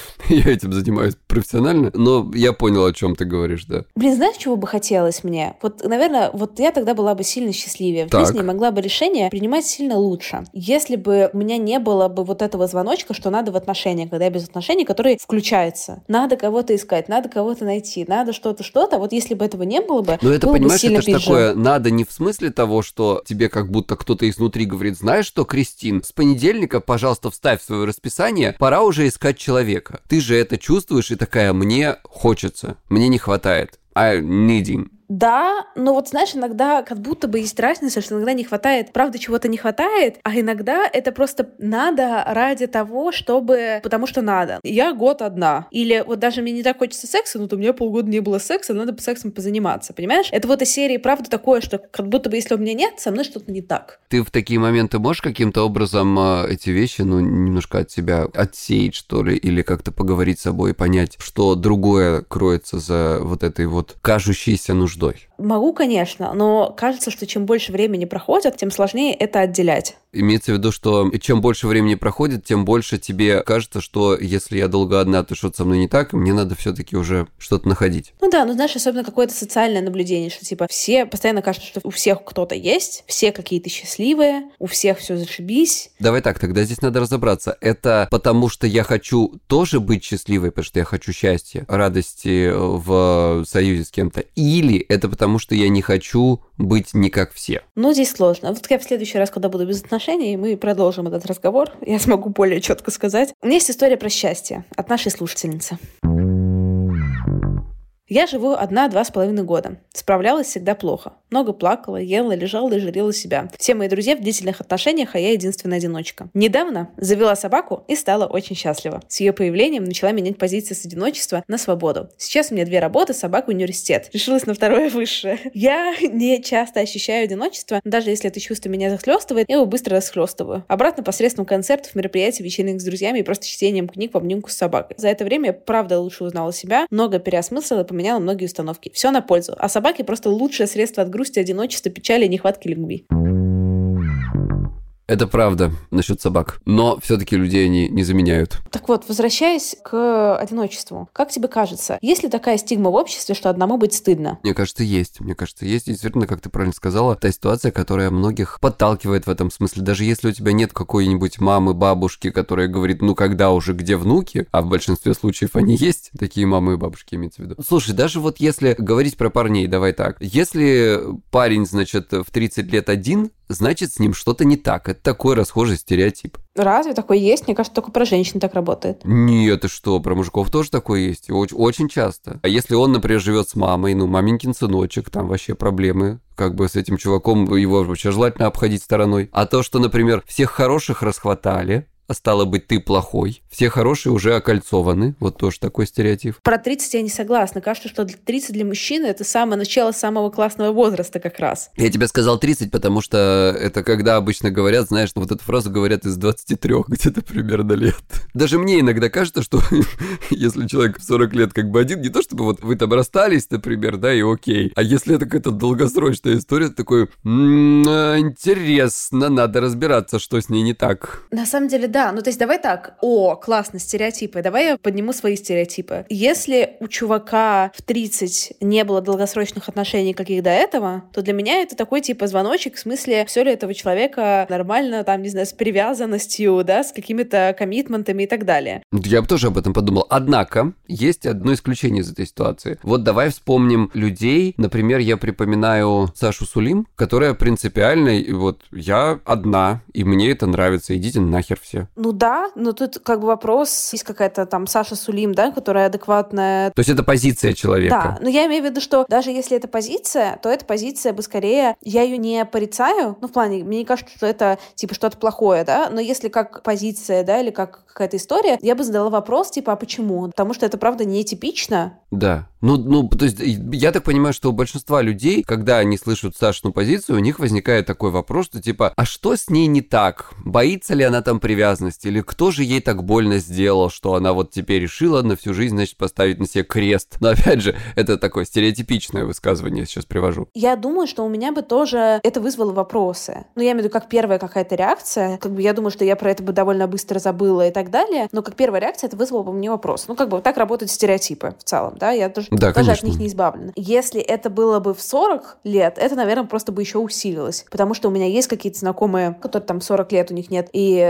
я этим занимаюсь профессионально, но я понял, о чем ты говоришь, да. Блин, знаешь, чего бы хотелось мне? Вот, наверное, вот я тогда была бы сильно счастливее в жизни и могла бы решение принимать сильно лучше. Если бы у меня не было бы вот этого звоночка, что надо в отношениях, когда я без отношений, который включается. Надо кого-то искать, надо кого-то найти, надо что-то, что-то. Вот если бы этого не было, было бы, Но это, было понимаешь, бы сильно это же такое надо не в смысле того, что тебе как будто кто-то изнутри говорит, знаешь что, Кристин, с понедельника, пожалуйста, вставь в свое расписание, пора уже искать человека. Ты же это чувствуешь и такая, мне хочется, мне не хватает. I needing. Да, но вот знаешь, иногда как будто бы есть разница, что иногда не хватает, правда, чего-то не хватает, а иногда это просто надо ради того, чтобы... Потому что надо. Я год одна. Или вот даже мне не так хочется секса, но то у меня полгода не было секса, надо бы сексом позаниматься, понимаешь? Это вот из серии, правда, такое, что как будто бы если у меня нет, со мной что-то не так. Ты в такие моменты можешь каким-то образом э, эти вещи, ну, немножко от себя отсеять, что ли, или как-то поговорить с собой и понять, что другое кроется за вот этой вот кажущейся нуждой? Могу, конечно, но кажется, что чем больше времени проходит, тем сложнее это отделять. Имеется в виду, что чем больше времени проходит, тем больше тебе кажется, что если я долго одна, то что-то со мной не так, и мне надо все-таки уже что-то находить. Ну да, ну знаешь, особенно какое-то социальное наблюдение, что типа все, постоянно кажется, что у всех кто-то есть, все какие-то счастливые, у всех все зашибись. Давай так, тогда здесь надо разобраться. Это потому, что я хочу тоже быть счастливой, потому что я хочу счастья, радости в союзе с кем-то, или это потому, что я не хочу быть не как все? Ну, здесь сложно. Вот я в следующий раз, когда буду без отношений, мы продолжим этот разговор. Я смогу более четко сказать. У меня есть история про счастье от нашей слушательницы. Я живу одна два с половиной года. Справлялась всегда плохо. Много плакала, ела, лежала и жалела себя. Все мои друзья в длительных отношениях, а я единственная одиночка. Недавно завела собаку и стала очень счастлива. С ее появлением начала менять позиции с одиночества на свободу. Сейчас у меня две работы, собака и университет. Решилась на второе высшее. Я не часто ощущаю одиночество, но даже если это чувство меня захлестывает, я его быстро расхлестываю. Обратно посредством концертов, мероприятий, вечеринок с друзьями и просто чтением книг в обнимку с собакой. За это время я правда лучше узнала себя, много переосмыслила, поменяла многие установки. Все на пользу. А собаки просто лучшее средство от грусти, одиночества, печали и нехватки любви. Это правда насчет собак, но все-таки людей они не заменяют. Так вот, возвращаясь к одиночеству, как тебе кажется, есть ли такая стигма в обществе, что одному быть стыдно? Мне кажется, есть. Мне кажется, есть. И действительно, как ты правильно сказала, та ситуация, которая многих подталкивает в этом смысле. Даже если у тебя нет какой-нибудь мамы, бабушки, которая говорит, ну когда уже, где внуки, а в большинстве случаев они есть, такие мамы и бабушки имеется в виду. Слушай, даже вот если говорить про парней, давай так. Если парень, значит, в тридцать лет один, значит, с ним что-то не так. Это такой расхожий стереотип. Разве такое есть? Мне кажется, только про женщин так работает. Нет, ты что, про мужиков тоже такое есть? Очень, очень часто. А если он, например, живет с мамой, ну, маменькин сыночек, там вообще проблемы. Как бы с этим чуваком его вообще желательно обходить стороной. А то, что, например, всех хороших расхватали, а стало быть, ты плохой. Все хорошие уже окольцованы. Вот тоже такой стереотип. Про тридцать я не согласна. Кажется, что тридцать для мужчины — это самое начало самого классного возраста как раз. Я тебе сказал тридцать, потому что это когда обычно говорят, знаешь, вот эту фразу говорят из двадцати трёх где-то примерно лет. Даже мне иногда кажется, что если человек в сорок лет как бы один, не то чтобы вот вы там расстались, например, да, и окей. А если это какая-то долгосрочная история, такой, интересно, надо разбираться, что с ней не так. На самом деле, да. Да, ну то есть давай так, о, классно, стереотипы, давай я подниму свои стереотипы. Если у чувака в тридцать не было долгосрочных отношений, каких до этого, то для меня это такой типа звоночек, в смысле, все ли этого человека нормально, там, не знаю, с привязанностью, да, с какими-то коммитментами и так далее. Я бы тоже об этом подумал. Однако, есть одно исключение из этой ситуации. Вот давай вспомним людей, например, я припоминаю Сашу Сулим, которая принципиально, вот я одна, и мне это нравится, идите нахер все. Ну да, но тут как бы вопрос, есть какая-то там Саша Сулим, да, которая адекватная. То есть это позиция человека. Да, но я имею в виду, что даже если это позиция, то эта позиция бы скорее, я ее не порицаю, ну в плане, мне не кажется, что это типа что-то плохое, да, но если как позиция, да, или как какая-то история, я бы задала вопрос, типа, а почему? Потому что это правда нетипично. Да. Ну, ну, то есть я так понимаю, что у большинства людей, когда они слышат Сашину позицию, у них возникает такой вопрос, что типа, а что с ней не так? Боится ли она там привязанности? Или кто же ей так больно сделал, что она вот теперь решила на всю жизнь, значит, поставить на себе крест? Но опять же, это такое стереотипичное высказывание я сейчас привожу. Я думаю, что у меня бы тоже это вызвало вопросы. Ну, я имею в виду, как первая какая-то реакция. Как бы я думаю, что я про это бы довольно быстро забыла и так далее. Но как первая реакция это вызвало бы мне вопрос. Ну, как бы вот так работают стереотипы в целом, да? Я тоже, да, тоже от них не избавлена. Если это было бы в сорок лет, это, наверное, просто бы еще усилилось. Потому что у меня есть какие-то знакомые, которые там сорок лет у них нет, и постоянно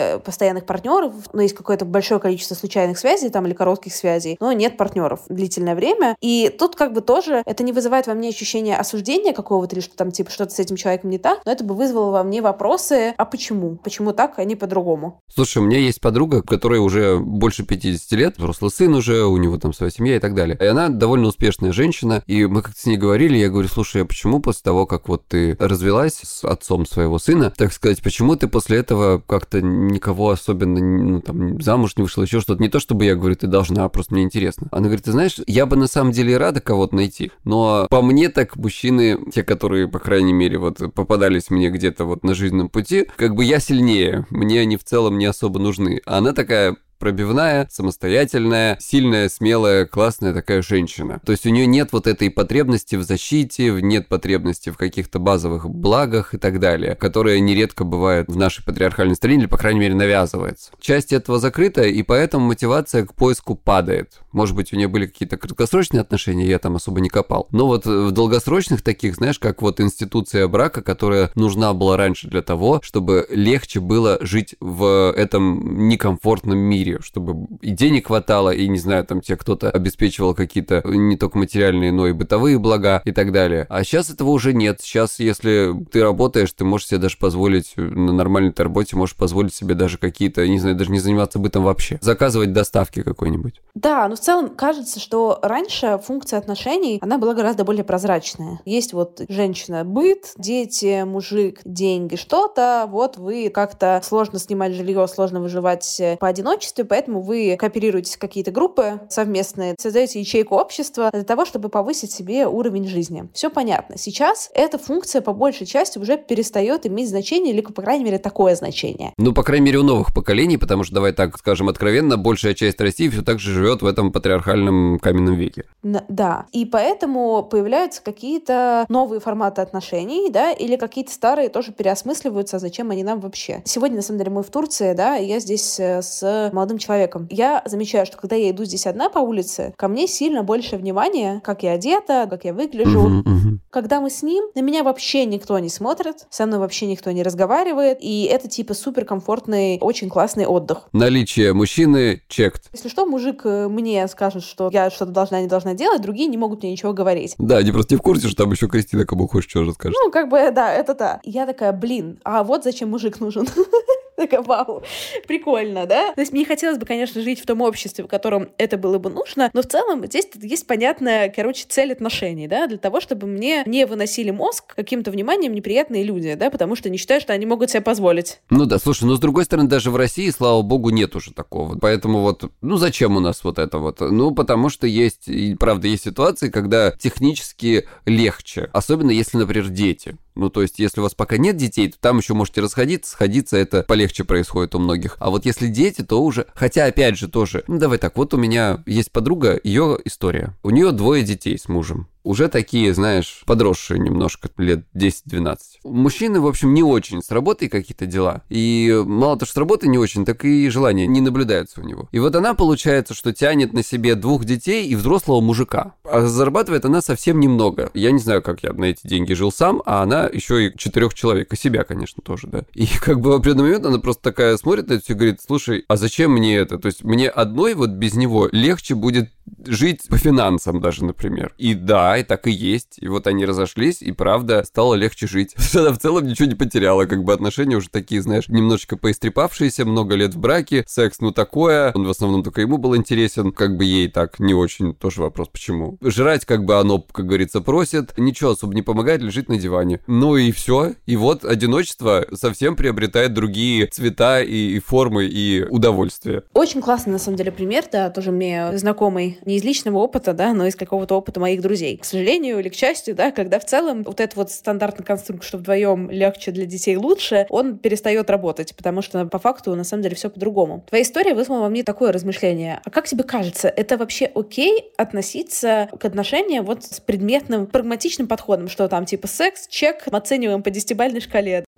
постоянных партнеров, но есть какое-то большое количество случайных связей там или коротких связей, но нет партнеров длительное время. И тут как бы тоже это не вызывает во мне ощущение осуждения какого-то или что там типа что-то с этим человеком не так, но это бы вызвало во мне вопросы, а почему? Почему так, а не по-другому? Слушай, у меня есть подруга, которой уже больше пятидесяти лет, взрослый сын уже, у него там своя семья и так далее. И она довольно успешная женщина, и мы как-то с ней говорили, я говорю, слушай, а почему после того, как вот ты развелась с отцом своего сына, так сказать, почему ты после этого как-то никого особенно, ну, там, замуж не вышла, еще что-то? Не то, чтобы я говорю, ты должна, а просто мне интересно. Она говорит, ты знаешь, я бы на самом деле и рада кого-то найти, но по мне так мужчины, те, которые, по крайней мере, вот попадались мне где-то вот на жизненном пути, как бы я сильнее, мне они в целом не особо нужны. А она такая пробивная, самостоятельная, сильная, смелая, классная такая женщина. То есть у нее нет вот этой потребности в защите, нет потребности в каких-то базовых благах и так далее, которые нередко бывают в нашей патриархальной стране, или, по крайней мере, навязывается. Часть этого закрыта, и поэтому мотивация к поиску падает. Может быть, у нее были какие-то краткосрочные отношения, я там особо не копал. Но вот в долгосрочных таких, знаешь, как вот институция брака, которая нужна была раньше для того, чтобы легче было жить в этом некомфортном мире, чтобы и денег хватало, и, не знаю, там тебе кто-то обеспечивал какие-то не только материальные, но и бытовые блага и так далее. А сейчас этого уже нет. Сейчас, если ты работаешь, ты можешь себе даже позволить на нормальной работе, можешь позволить себе даже какие-то, не знаю, даже не заниматься бытом вообще. Заказывать доставки какой-нибудь. Да, но в целом кажется, что раньше функция отношений, она была гораздо более прозрачная. Есть вот женщина-быт, дети, мужик, деньги, что-то. Вот вы как-то сложно снимать жилье, сложно выживать по одиночеству, поэтому вы кооперируетесь в какие-то группы совместные, создаете ячейку общества для того, чтобы повысить себе уровень жизни. Все понятно. Сейчас эта функция по большей части уже перестает иметь значение, или, по крайней мере, такое значение. Ну, по крайней мере, у новых поколений, потому что, давай так скажем откровенно, большая часть России все так же живет в этом патриархальном каменном веке. Н- да. И поэтому появляются какие-то новые форматы отношений, да, или какие-то старые тоже переосмысливаются, а зачем они нам вообще. Сегодня, на самом деле, мы в Турции, да, и я здесь с молодым человеком. Я замечаю, что когда я иду здесь одна по улице, ко мне сильно больше внимания, как я одета, как я выгляжу. Uh-huh, uh-huh. Когда мы с ним, на меня вообще никто не смотрит, со мной вообще никто не разговаривает, и это типа суперкомфортный, очень классный отдых. Наличие мужчины чект. Если что, мужик мне скажет, что я что-то должна, не должна делать, другие не могут мне ничего говорить. Да, они просто не в курсе, что там еще Кристина кому хочешь что расскажет. Ну, как бы, да, это да. Я такая, блин, а вот зачем мужик нужен? Такая, вау, прикольно, да? То есть мне хотелось бы, конечно, жить в том обществе, в котором это было бы нужно, но в целом здесь есть понятная, короче, цель отношений, да, для того, чтобы мне не выносили мозг каким-то вниманием неприятные люди, да, потому что не считаю, что они могут себе позволить. Ну да, слушай, но с другой стороны, даже в России, слава богу, нет уже такого. Поэтому вот, ну зачем у нас вот это вот? Ну, потому что есть, и правда, есть ситуации, когда технически легче, особенно если, например, дети. Ну, то есть, если у вас пока нет детей, то там еще можете расходиться, сходиться, это полегче происходит у многих. А вот если дети, то уже... Хотя, опять же, тоже... Ну, давай так, вот у меня есть подруга, ее история. У нее двое детей с мужем. Уже такие, знаешь, подросшие немножко, лет десять-двенадцать. Мужчины, в общем, не очень с работой какие-то дела. И мало того, что с работы не очень, так и желания не наблюдаются у него. И вот она, получается, что тянет на себе двух детей и взрослого мужика. А зарабатывает она совсем немного. Я не знаю, как я на эти деньги жил сам, а она еще и четырех человек. И себя, конечно, тоже, да. И как бы в определенный момент она просто такая смотрит на это все и говорит, слушай, а зачем мне это? То есть мне одной вот без него легче будет жить по финансам даже, например. И да, и так и есть. И вот они разошлись, и правда, стало легче жить. Она в целом ничего не потеряла, как бы отношения уже такие, знаешь, немножечко поистрепавшиеся, много лет в браке, секс, ну такое. Он в основном только ему был интересен, как бы ей так не очень, тоже вопрос, почему. Жрать, как бы оно, как говорится, просит, ничего особо не помогает, лежит на диване. Ну и все. И вот одиночество совсем приобретает другие цвета и, и формы, и удовольствие. Очень классный, на самом деле, пример, да, тоже мне знакомый, не из личного опыта, да, но из какого-то опыта моих друзей. К сожалению или к счастью, да, когда в целом вот этот вот стандартный конструкт, что вдвоем легче для детей лучше, он перестает работать, потому что по факту на самом деле все по-другому. Твоя история вызвала во мне такое размышление. А как тебе кажется, это вообще окей относиться к отношениям вот с предметным, прагматичным подходом, что там типа секс, чек, оцениваем по десятибалльной шкале?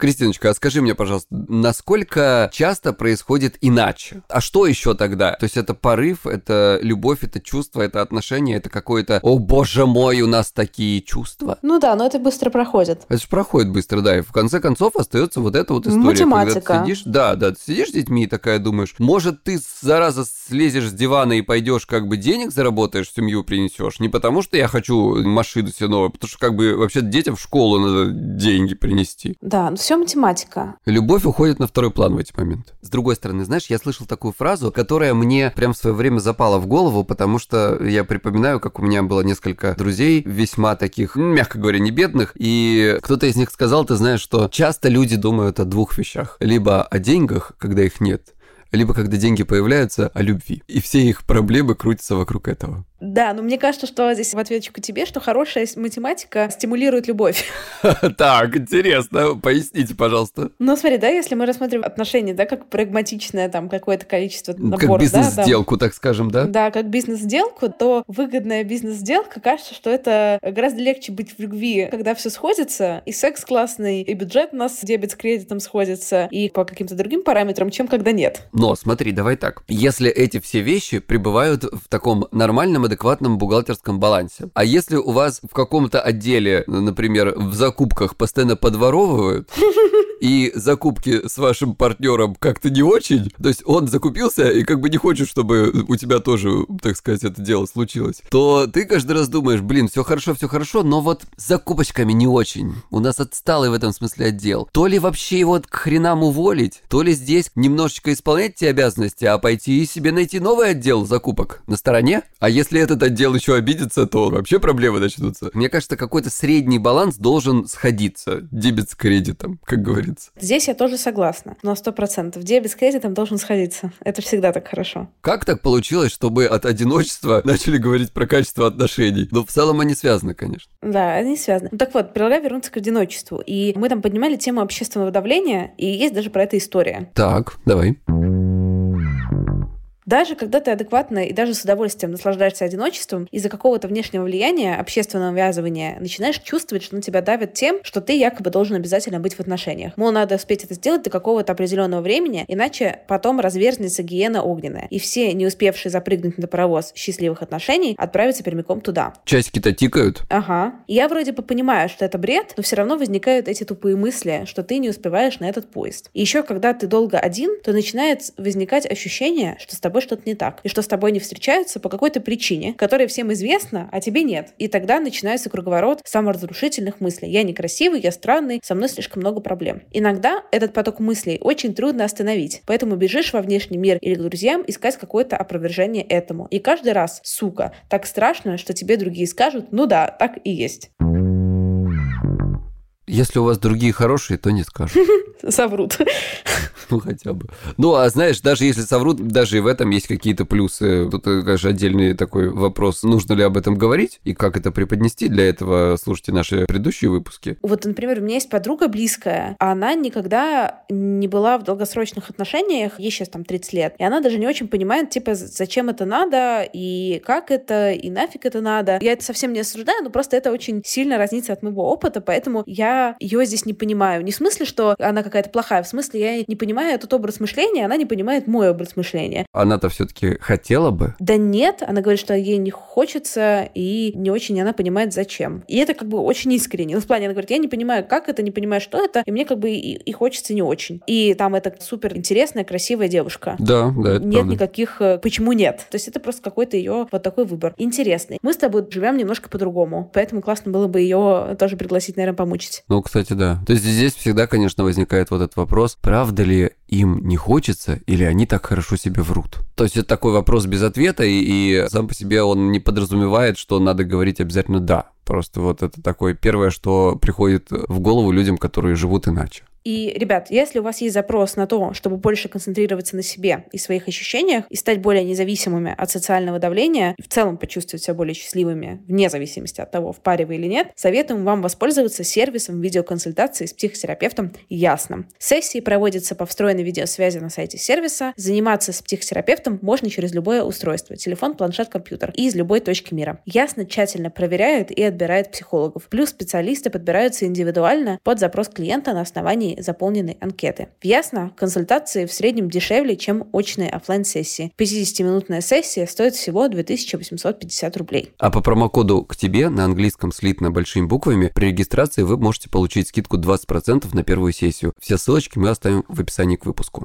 Кристиночка, а скажи мне, пожалуйста, насколько часто происходит иначе? А что еще тогда? То есть это порыв, это любовь, это чувство, это отношение, это какое-то «О, боже мой, у нас такие чувства». Ну да, но это быстро проходит. Это же проходит быстро, да, и в конце концов остается вот эта вот история. Математика. Когда ты сидишь, да, да, ты сидишь с детьми и такая думаешь, может, ты, зараза, слезешь с дивана и пойдешь как бы денег заработаешь, в семью принесешь. Не потому, что я хочу машину себе новую, потому что как бы вообще детям в школу надо деньги принести. Да, ну все математика. Любовь уходит на второй план в эти моменты. С другой стороны, знаешь, я слышал такую фразу, которая мне прям в свое время запала в голову, потому что я припоминаю, как у меня было несколько друзей, весьма таких, мягко говоря, не бедных, и кто-то из них сказал, ты знаешь, что часто люди думают о двух вещах. Либо о деньгах, когда их нет, либо когда деньги появляются, о любви. И все их проблемы крутятся вокруг этого. Да, но мне кажется, что здесь в ответочку тебе, что хорошая математика стимулирует любовь. Так, интересно. Поясните, пожалуйста. Ну, смотри, да, если мы рассмотрим отношения, да, как прагматичное там какое-то количество наборов, как бизнес-сделку, да, так скажем, да? Да, как бизнес-сделку, то выгодная бизнес-сделка, кажется, что это гораздо легче быть в любви, когда все сходится, и секс классный, и бюджет у нас, дебет с кредитом сходится, и по каким-то другим параметрам, чем когда нет. Но смотри, давай так. Если эти все вещи пребывают в таком нормальном, адекватном бухгалтерском балансе, а если у вас в каком-то отделе, например, в закупках постоянно подворовывают, и закупки с вашим партнером как-то не очень, то есть он закупился и как бы не хочет, чтобы у тебя тоже, так сказать, это дело случилось, то ты каждый раз думаешь, блин, все хорошо, все хорошо, но вот с закупочками не очень. У нас отсталый в этом смысле отдел. То ли вообще его к хренам уволить, то ли здесь немножечко исполнять те обязанности, а пойти и себе найти новый отдел закупок на стороне. А если этот отдел еще обидится, то вообще проблемы начнутся. Мне кажется, какой-то средний баланс должен сходиться. Дебет с кредитом, как говорится. Здесь я тоже согласна, на сто процентов. Дебет с кредитом должен сходиться. Это всегда так хорошо. Как так получилось, чтобы от одиночества начали говорить про качество отношений? Но в целом они связаны, конечно. Да, они связаны. Ну так вот, предлагаю вернуться к одиночеству. И мы там поднимали тему общественного давления, и есть даже про это история. Так, давай. Даже когда ты адекватно и даже с удовольствием наслаждаешься одиночеством, из-за какого-то внешнего влияния, общественного навязывания, начинаешь чувствовать, что на тебя давят тем, что ты якобы должен обязательно быть в отношениях. Мол, надо успеть это сделать до какого-то определенного времени, иначе потом разверзнется гиена огненная, и все, не успевшие запрыгнуть на паровоз счастливых отношений, отправятся прямиком туда. Часики-то тикают. Ага. И я вроде бы понимаю, что это бред, но все равно возникают эти тупые мысли, что ты не успеваешь на этот поезд. И еще, когда ты долго один, то начинает возникать ощущение, что с тобой что-то не так, и что с тобой не встречаются по какой-то причине, которая всем известна, а тебе нет. И тогда начинается круговорот саморазрушительных мыслей. Я некрасивый, я странный, со мной слишком много проблем. Иногда этот поток мыслей очень трудно остановить, поэтому бежишь во внешний мир или к друзьям искать какое-то опровержение этому. И каждый раз, сука, так страшно, что тебе другие скажут, ну да, так и есть. Если у вас другие хорошие, то не скажут. Соврут. Ну, хотя бы. Ну, а знаешь, даже если соврут, даже и в этом есть какие-то плюсы. Тут, конечно, отдельный такой вопрос, нужно ли об этом говорить и как это преподнести. Для этого слушайте наши предыдущие выпуски. Вот, например, у меня есть подруга близкая, а она никогда не была в долгосрочных отношениях, ей сейчас там тридцать лет, и она даже не очень понимает, типа, зачем это надо, и как это, и нафиг это надо. Я это совсем не осуждаю, но просто это очень сильно разнится от моего опыта, поэтому я ее здесь не понимаю. Не в смысле, что она какая-то плохая, в смысле, я не понимаю этот образ мышления, она не понимает мой образ мышления. Она-то все-таки хотела бы? Да нет, она говорит, что ей не хочется, и не очень она понимает, зачем. И это как бы очень искренне. Ну, в плане, она говорит, я не понимаю, как это, не понимаю, что это, и мне как бы и, и хочется не очень. И там это супер интересная, красивая девушка. Да, да, это Нет правда. Никаких почему нет. То есть это просто какой-то ее вот такой выбор. Интересный. Мы с тобой живем немножко по-другому, поэтому классно было бы ее тоже пригласить, наверное, помучить. Ну, кстати, да. То есть здесь всегда, конечно, возникает вот этот вопрос, правда ли им не хочется, или они так хорошо себе врут? То есть это такой вопрос без ответа, и, и сам по себе он не подразумевает, что надо говорить обязательно «да». Просто вот это такое первое, что приходит в голову людям, которые живут иначе. И, ребят, если у вас есть запрос на то, чтобы больше концентрироваться на себе и своих ощущениях, и стать более независимыми от социального давления, и в целом почувствовать себя более счастливыми, вне зависимости от того, в паре вы или нет, советуем вам воспользоваться сервисом видеоконсультации с психотерапевтом Ясно. Сессии проводятся по встроенной видеосвязи на сайте сервиса. Заниматься с психотерапевтом можно через любое устройство, телефон, планшет, компьютер, и из любой точки мира. Ясно тщательно проверяет и отбирает психологов. Плюс специалисты подбираются индивидуально под запрос клиента на основании заранее заполненной анкеты. Ясно, консультации в среднем дешевле, чем очные офлайн-сессии. пятидесятиминутная сессия стоит всего две тысячи восемьсот пятьдесят рублей. А по промокоду «К тебе» на английском слитно большими буквами при регистрации вы можете получить скидку двадцать процентов на первую сессию. Все ссылочки мы оставим в описании к выпуску.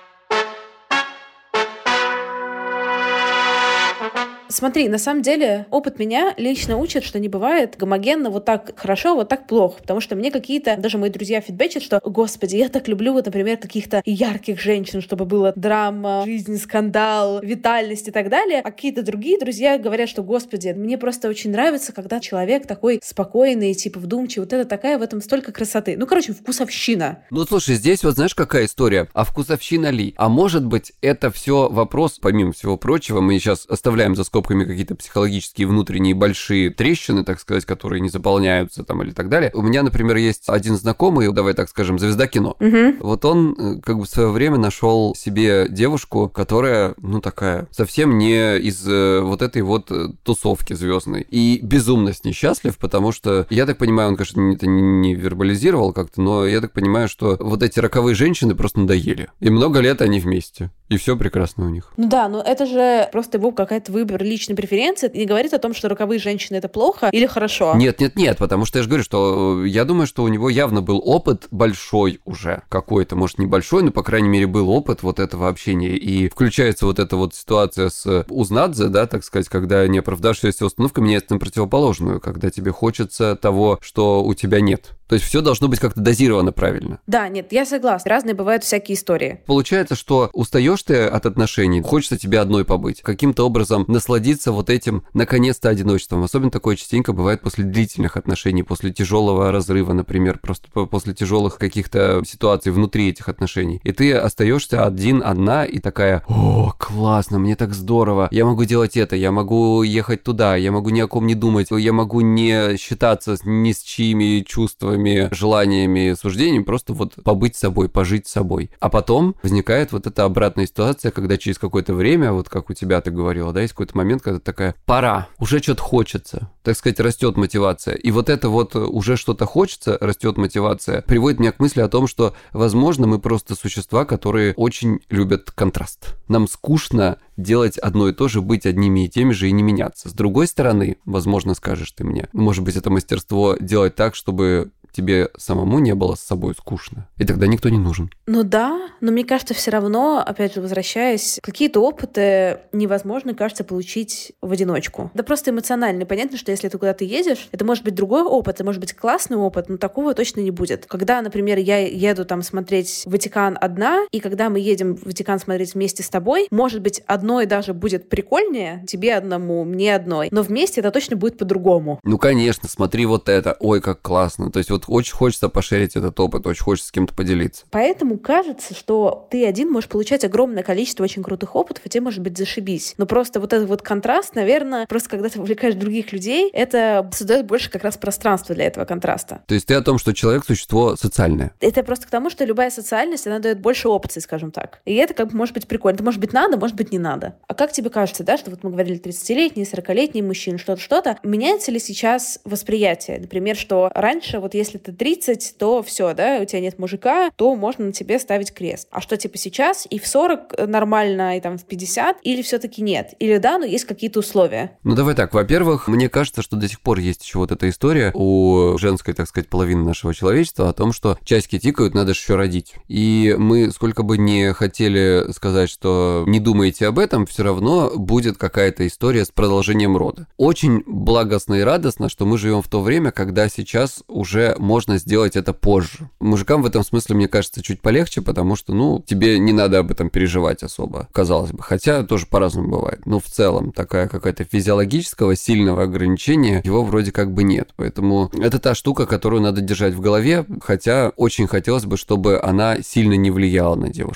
Смотри, на самом деле опыт меня лично учит, что не бывает гомогенно вот так хорошо, вот так плохо, потому что мне какие-то, даже мои друзья фидбэчат, что, господи, я так люблю, вот, например, каких-то ярких женщин, чтобы была драма, жизнь, скандал, витальность и так далее, а какие-то другие друзья говорят, что, господи, мне просто очень нравится, когда человек такой спокойный, типа вдумчивый, вот это такая, в этом столько красоты. Ну, короче, вкусовщина. Ну, слушай, здесь вот знаешь, какая история? А вкусовщина ли? А может быть, это все вопрос, помимо всего прочего, мы сейчас оставляем за скобками какие-то психологические внутренние большие трещины, так сказать, которые не заполняются там или так далее. У меня, например, есть один знакомый, давай так скажем, звезда кино. Угу. Вот он как бы в свое время нашел себе девушку, которая, ну, такая, совсем не из вот этой вот тусовки звездной. И безумно с ней счастлив, потому что, я так понимаю, он, конечно, это не вербализировал как-то, но я так понимаю, что вот эти роковые женщины просто надоели. И много лет они вместе. И все прекрасно у них. Ну да, но это же просто его какая-то выбор личной преференции. Не говорит о том, что роковые женщины это плохо или хорошо. Нет, нет, нет, потому что я же говорю, что я думаю, что у него явно был опыт большой уже какой-то, может, небольшой, но, по крайней мере, был опыт вот этого общения. И включается вот эта вот ситуация с Узнадзе, да, так сказать, когда неоправдавшаяся установка меняется на противоположную, когда тебе хочется того, что у тебя нет. То есть все должно быть как-то дозировано правильно. Да, нет, я согласна. Разные бывают всякие истории. Получается, что устаешь ты от отношений, хочется тебе одной побыть, каким-то образом насладиться вот этим, наконец-то, одиночеством. Особенно такое частенько бывает после длительных отношений, после тяжелого разрыва, например, просто после тяжелых каких-то ситуаций внутри этих отношений. И ты остаешься один, одна и такая: о, классно, мне так здорово, я могу делать это, я могу ехать туда, я могу ни о ком не думать, я могу не считаться ни с чьими чувствами, желаниями, суждениями, просто вот побыть собой, пожить собой. А потом возникает вот эта обратная ситуация, когда через какое-то время, вот как у тебя ты говорила, да, есть какой-то момент, когда такая: пора, уже что-то хочется, так сказать, растет мотивация. И вот это вот уже что-то хочется, растет мотивация, приводит меня к мысли о том, что, возможно, мы просто существа, которые очень любят контраст. Нам скучно делать одно и то же, быть одними и теми же и не меняться. С другой стороны, возможно, скажешь ты мне, может быть, это мастерство делать так, чтобы тебе самому не было с собой скучно. И тогда никто не нужен. Ну да, но мне кажется, все равно, опять же, возвращаясь, какие-то опыты невозможно, кажется, получить в одиночку. Да просто эмоционально. Понятно, что если ты куда-то едешь, это может быть другой опыт, это может быть классный опыт, но такого точно не будет. Когда, например, я еду там смотреть Ватикан одна, и когда мы едем в Ватикан смотреть вместе с тобой, может быть, одной даже будет прикольнее, тебе одному, мне одной, но вместе это точно будет по-другому. Ну, конечно, смотри вот это, ой, как классно. То есть вот очень хочется пошерить этот опыт, очень хочется с кем-то поделиться. Поэтому кажется, что ты один можешь получать огромное количество очень крутых опытов, и тебе, может быть, зашибись. Но просто вот этот вот контраст, наверное, просто когда ты вовлекаешь других людей, это создает больше как раз пространства для этого контраста. То есть ты о том, что человек — существо социальное. Это просто к тому, что любая социальность, она дает больше опций, скажем так. И это как бы может быть прикольно. Это может быть надо, может быть не надо. А как тебе кажется, да, что вот мы говорили тридцатилетние, сорокалетние мужчины, что-то, что-то. Меняется ли сейчас восприятие? Например, что раньше, вот если ты тридцать, то все, да, у тебя нет мужика, то можно на тебе ставить крест. А что типа сейчас и в сорок нормально, и там в пятьдесят, или все-таки нет? Или да, но есть какие-то условия? Ну давай так, во-первых, мне кажется, что до сих пор есть еще вот эта история у женской, так сказать, половины нашего человечества о том, что часики тикают, надо же еще родить. И мы, сколько бы не хотели сказать, что не думаете об этом, все равно будет какая-то история с продолжением рода. Очень благостно и радостно, что мы живем в то время, когда сейчас уже можно сделать это позже. Мужикам в этом смысле, мне кажется, чуть полегче, потому что, ну, тебе не надо об этом переживать особо, казалось бы. Хотя тоже по-разному бывает. Но в целом такая какая-то физиологического сильного ограничения его вроде как бы нет. Поэтому это та штука, которую надо держать в голове, хотя очень хотелось бы, чтобы она сильно не влияла на девушек.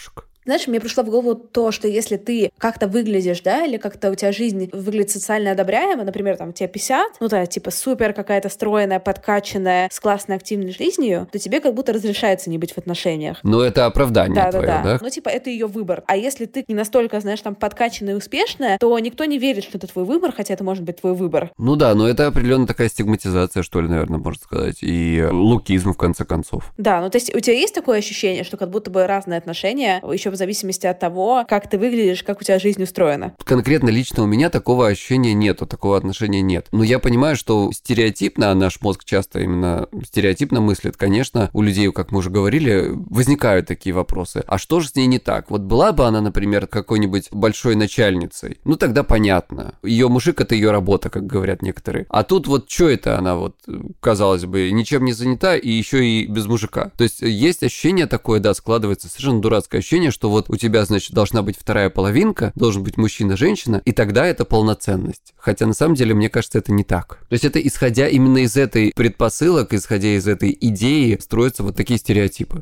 Знаешь, мне пришло в голову то, что если ты как-то выглядишь, да, или как-то у тебя жизнь выглядит социально одобряемо, например, там, тебе пятьдесят, ну да, типа супер какая-то стройная, подкачанная, с классной активной жизнью, то тебе как будто разрешается не быть в отношениях. Ну, это оправдание да, твое, да, да? да? Ну, типа, это ее выбор. А если ты не настолько, знаешь, там, подкачанная и успешная, то никто не верит, что это твой выбор, хотя это может быть твой выбор. Ну да, но это определенно такая стигматизация, что ли, наверное, можно сказать, и лукизм, в конце концов. Да, ну, то есть у тебя есть такое ощущение, что как будто бы разные отношения, еще в зависимости от того, как ты выглядишь, как у тебя жизнь устроена? Конкретно лично у меня такого ощущения нету, такого отношения нет. Но я понимаю, что стереотипно, наш мозг часто именно стереотипно мыслит, конечно, у людей, как мы уже говорили, возникают такие вопросы. А что же с ней не так? Вот была бы она, например, какой-нибудь большой начальницей, ну тогда понятно. Ее мужик — это ее работа, как говорят некоторые. А тут вот что это она вот, казалось бы, ничем не занята и еще и без мужика. То есть есть ощущение такое, да, складывается совершенно дурацкое ощущение, что вот у тебя, значит, должна быть вторая половинка, должен быть мужчина-женщина, и тогда это полноценность. Хотя на самом деле, мне кажется, это не так. То есть это исходя именно из этой предпосылок, исходя из этой идеи, строятся вот такие стереотипы.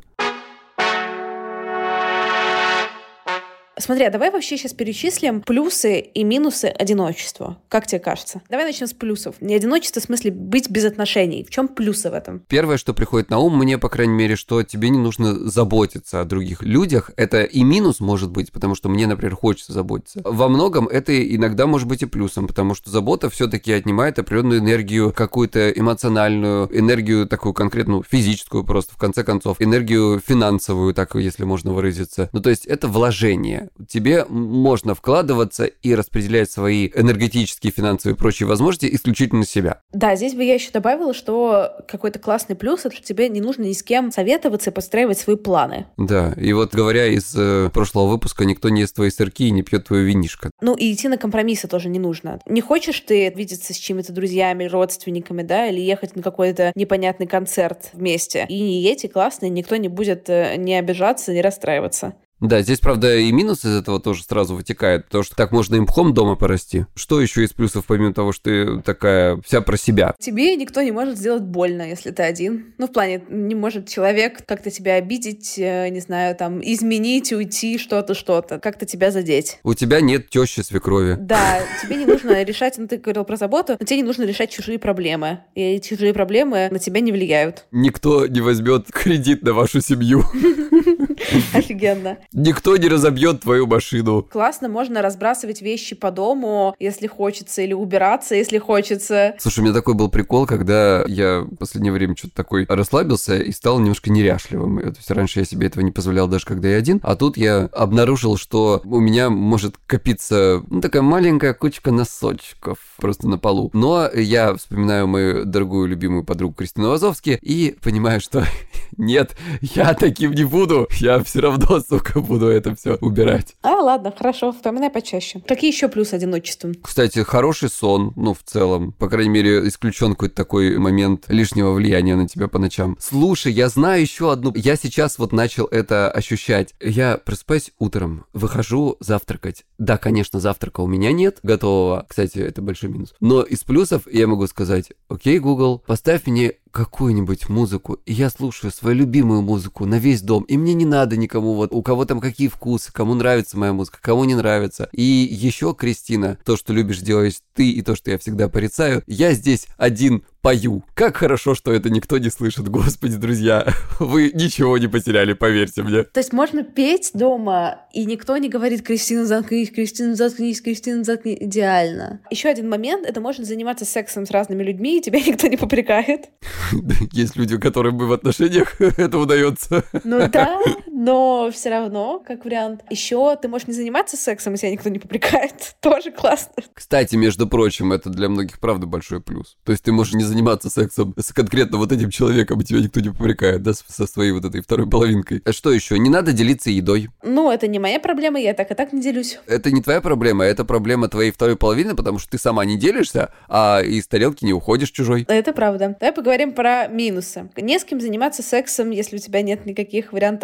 Смотри, а давай вообще сейчас перечислим плюсы и минусы одиночества. Как тебе кажется? Давай начнем с плюсов. Не одиночество, в смысле быть без отношений. В чем плюсы в этом? Первое, что приходит на ум, мне, по крайней мере, что тебе не нужно заботиться о других людях. Это и минус может быть, потому что мне, например, хочется заботиться. Во многом это иногда может быть и плюсом, потому что забота все-таки отнимает определенную энергию, какую-то эмоциональную, энергию такую конкретную, физическую просто, в конце концов, энергию финансовую, так если можно выразиться. Ну, то есть это вложение. Тебе можно вкладываться и распределять свои энергетические, финансовые и прочие возможности исключительно на себя. Да, здесь бы я еще добавила, что какой-то классный плюс, это что тебе не нужно ни с кем советоваться и подстраивать свои планы. Да, и вот говоря из э, прошлого выпуска, никто не ест твои сырки и не пьет твое винишко. Ну и идти на компромиссы тоже не нужно. Не хочешь ты видеться с чьими-то друзьями, родственниками, да, или ехать на какой-то непонятный концерт вместе. И не едь, и классно, и никто не будет э, не обижаться, не расстраиваться. Да, здесь, правда, и минус из этого тоже сразу вытекает, потому что так можно и мхом дома порасти. Что еще из плюсов, помимо того, что ты такая вся про себя? Тебе никто не может сделать больно, если ты один. Ну, в плане, не может человек как-то тебя обидеть, не знаю, там, изменить, уйти, что-то, что-то, как-то тебя задеть. У тебя нет тещи свекрови. Да, тебе не нужно решать, ну, ты говорил про заботу, но тебе не нужно решать чужие проблемы. И чужие проблемы на тебя не влияют. Никто не возьмет кредит на вашу семью. Офигенно. Никто не разобьет твою машину. Классно, можно разбрасывать вещи по дому, если хочется, или убираться, если хочется. Слушай, у меня такой был прикол, когда я в последнее время что-то такой расслабился и стал немножко неряшливым. То есть раньше я себе этого не позволял, даже когда я один. А тут я обнаружил, что у меня может копиться, ну, такая маленькая кучка носочков просто на полу. Но я вспоминаю мою дорогую любимую подругу Кристину Вазовски и понимаю, что нет, я таким не буду. Я все равно, сука, буду это все убирать. А, ладно, хорошо, вспоминай почаще. Какие еще плюсы одиночества? Кстати, хороший сон, ну, в целом. По крайней мере, исключен какой-то такой момент лишнего влияния на тебя по ночам. Слушай, я знаю еще одну... Я сейчас вот начал это ощущать. Я просыпаюсь утром, выхожу завтракать. Да, конечно, завтрака у меня нет готового. Кстати, это большой минус. Но из плюсов я могу сказать: окей, Google, поставь мне какую-нибудь музыку, и я слушаю свою любимую музыку на весь дом, и мне не надо никому, вот, у кого там какие вкусы, кому нравится моя музыка, кому не нравится. И еще, Кристина, то, что любишь делать ты, и то, что я всегда порицаю, я здесь один пою. Как хорошо, что это никто не слышит. Господи, друзья, вы ничего не потеряли, поверьте мне. То есть можно петь дома, и никто не говорит: Кристина, заткнись, Кристина, заткнись, Кристина, заткнись. Идеально. Еще один момент — это можно заниматься сексом с разными людьми, и тебя никто не попрекает. Есть люди, которым мы в отношениях это удается. Ну да, но все равно, как вариант. Еще ты можешь не заниматься сексом, и тебя никто не попрекает. Тоже классно. Кстати, между прочим, это для многих, правда, большой плюс. То есть ты можешь не заниматься сексом с конкретно вот этим человеком, и тебя никто не попрекает, да, со своей вот этой второй половинкой. А что еще? Не надо делиться едой. Ну, это не моя проблема, я так и так не делюсь. Это не твоя проблема, это проблема твоей второй половины, потому что ты сама не делишься, а из тарелки не уходишь чужой. Это правда. Давай поговорим про минусы. Не с кем заниматься сексом, если у тебя нет никаких вариантов на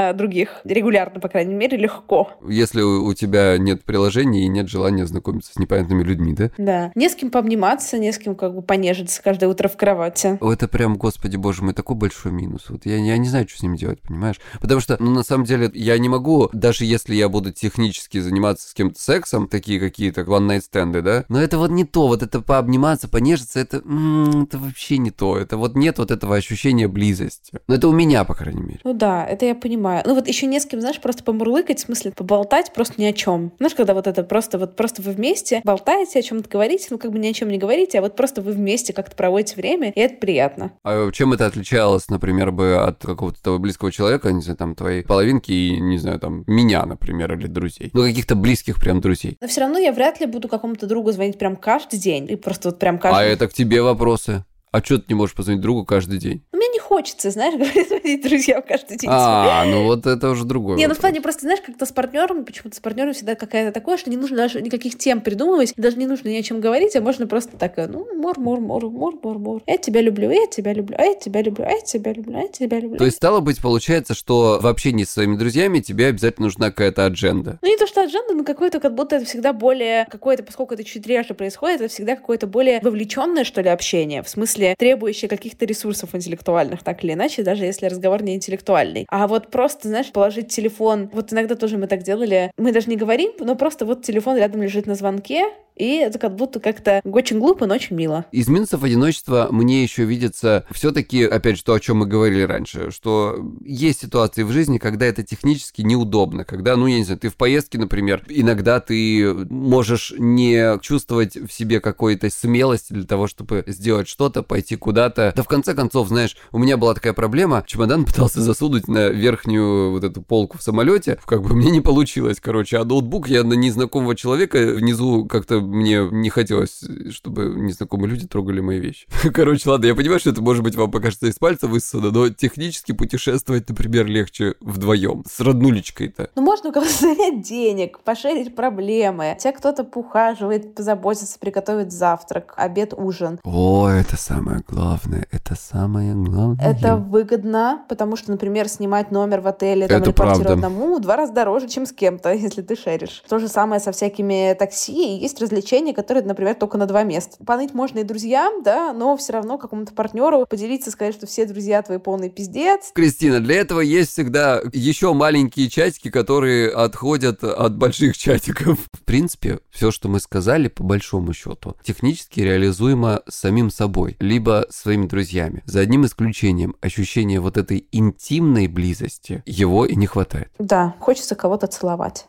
на других регулярно, по крайней мере, легко. Если у тебя нет приложений и нет желания знакомиться с непонятными людьми, да? Да. Не с кем пообниматься, не с кем как бы понежиться каждое утро в кровати. Это прям, господи боже мой, такой большой минус. Вот я, я не знаю, что с ним делать, понимаешь? Потому что, ну, на самом деле, я не могу, даже если я буду технически заниматься с кем-то сексом, такие какие-то one-night-стенды, да? Но это вот не то, вот это пообниматься, понежиться, это, м-м, это вообще не то. Это вот нет вот этого ощущения близости. Но это у меня, по крайней мере. Ну да, это я понимаю. Ну вот еще не с кем, знаешь, просто помурлыкать, в смысле поболтать просто ни о чем. Знаешь, когда вот это просто вот просто вы вместе болтаете, о чем-то говорите, ну как бы ни о чем не говорите, а вот просто вы вместе как-то проводите время, и это приятно. А чем это отличалось, например, бы от какого-то того близкого человека, не знаю, там, твоей половинки и, не знаю, там, меня, например, или друзей? Ну, каких-то близких прям друзей. Но все равно я вряд ли буду какому-то другу звонить прям каждый день. И просто вот прям каждый... А это к тебе вопросы. А что ты не можешь позвонить другу каждый день? Мне не хочется, знаешь, говорить друзьям каждый день. А, ну вот это уже другое. Не, ну в плане просто, знаешь, как-то с партнером, почему-то с партнером всегда какая-то такое, что не нужно даже никаких тем придумывать, даже не нужно ни о чем говорить, а можно просто так, ну, мур-мур-мур, мур-мур-мур. Я тебя люблю, я тебя люблю, а я тебя люблю, а я тебя люблю, а я тебя люблю. То есть, стало быть, получается, что в общении со своими друзьями тебе обязательно нужна какая-то адженда? Ну, не то, что адженда, но какое-то, как будто это всегда более какое-то, поскольку это чуть реже происходит, это всегда какое-то более вовлеченное, что ли, общение, в смысле, требующее каких-то ресурсов интеллектуальных, так или иначе, даже если разговор не интеллектуальный. А вот просто, знаешь, положить телефон, вот иногда тоже мы так делали, мы даже не говорим, но просто вот телефон рядом лежит на звонке, и это как будто как-то очень глупо, но очень мило. Из минусов одиночества мне еще видится все-таки, опять же, то, о чем мы говорили раньше, что есть ситуации в жизни, когда это технически неудобно, когда, ну, я не знаю, ты в поездке, например, иногда ты можешь не чувствовать в себе какой-то смелости для того, чтобы сделать что-то, пойти куда-то. Да в конце концов, знаешь, у меня была такая проблема, чемодан пытался засунуть на верхнюю вот эту полку в самолете, как бы мне не получилось, короче, а ноутбук я на незнакомого человека внизу как-то мне не хотелось, чтобы незнакомые люди трогали мои вещи. Короче, ладно, я понимаю, что это, может быть, вам покажется из пальца высосано, но технически путешествовать, например, легче вдвоем. С роднулечкой-то. Ну, можно у кого-то занять денег, пошерить проблемы. Тебя кто-то поухаживает, позаботится, приготовит завтрак, обед, ужин. О, это самое главное. Это самое главное. Это выгодно, потому что, например, снимать номер в отеле там, это или квартиру правда. одному в два раза дороже, чем с кем-то, если ты шеришь. То же самое со всякими такси. Есть развлечения, которые, например, только на два места. Поныть можно и друзьям, да, но все равно какому-то партнеру поделиться, сказать, что все друзья твои полный пиздец. Кристина, для этого есть всегда еще маленькие чатики, которые отходят от больших чатиков. В принципе, все, что мы сказали, по большому счету, технически реализуемо самим собой, либо своими друзьями. За одним исключением, ощущение вот этой интимной близости, его и не хватает. Да, хочется кого-то целовать.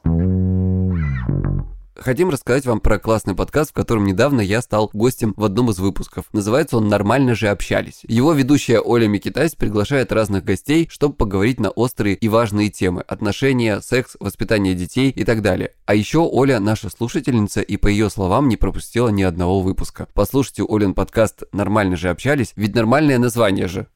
Хотим рассказать вам про классный подкаст, в котором недавно я стал гостем в одном из выпусков. Называется он «Нормально же общались». Его ведущая Оля Микитась приглашает разных гостей, чтобы поговорить на острые и важные темы – отношения, секс, воспитание детей и так далее. А еще Оля наша слушательница и, по ее словам, не пропустила ни одного выпуска. Послушайте Олин подкаст «Нормально же общались», ведь нормальное название же.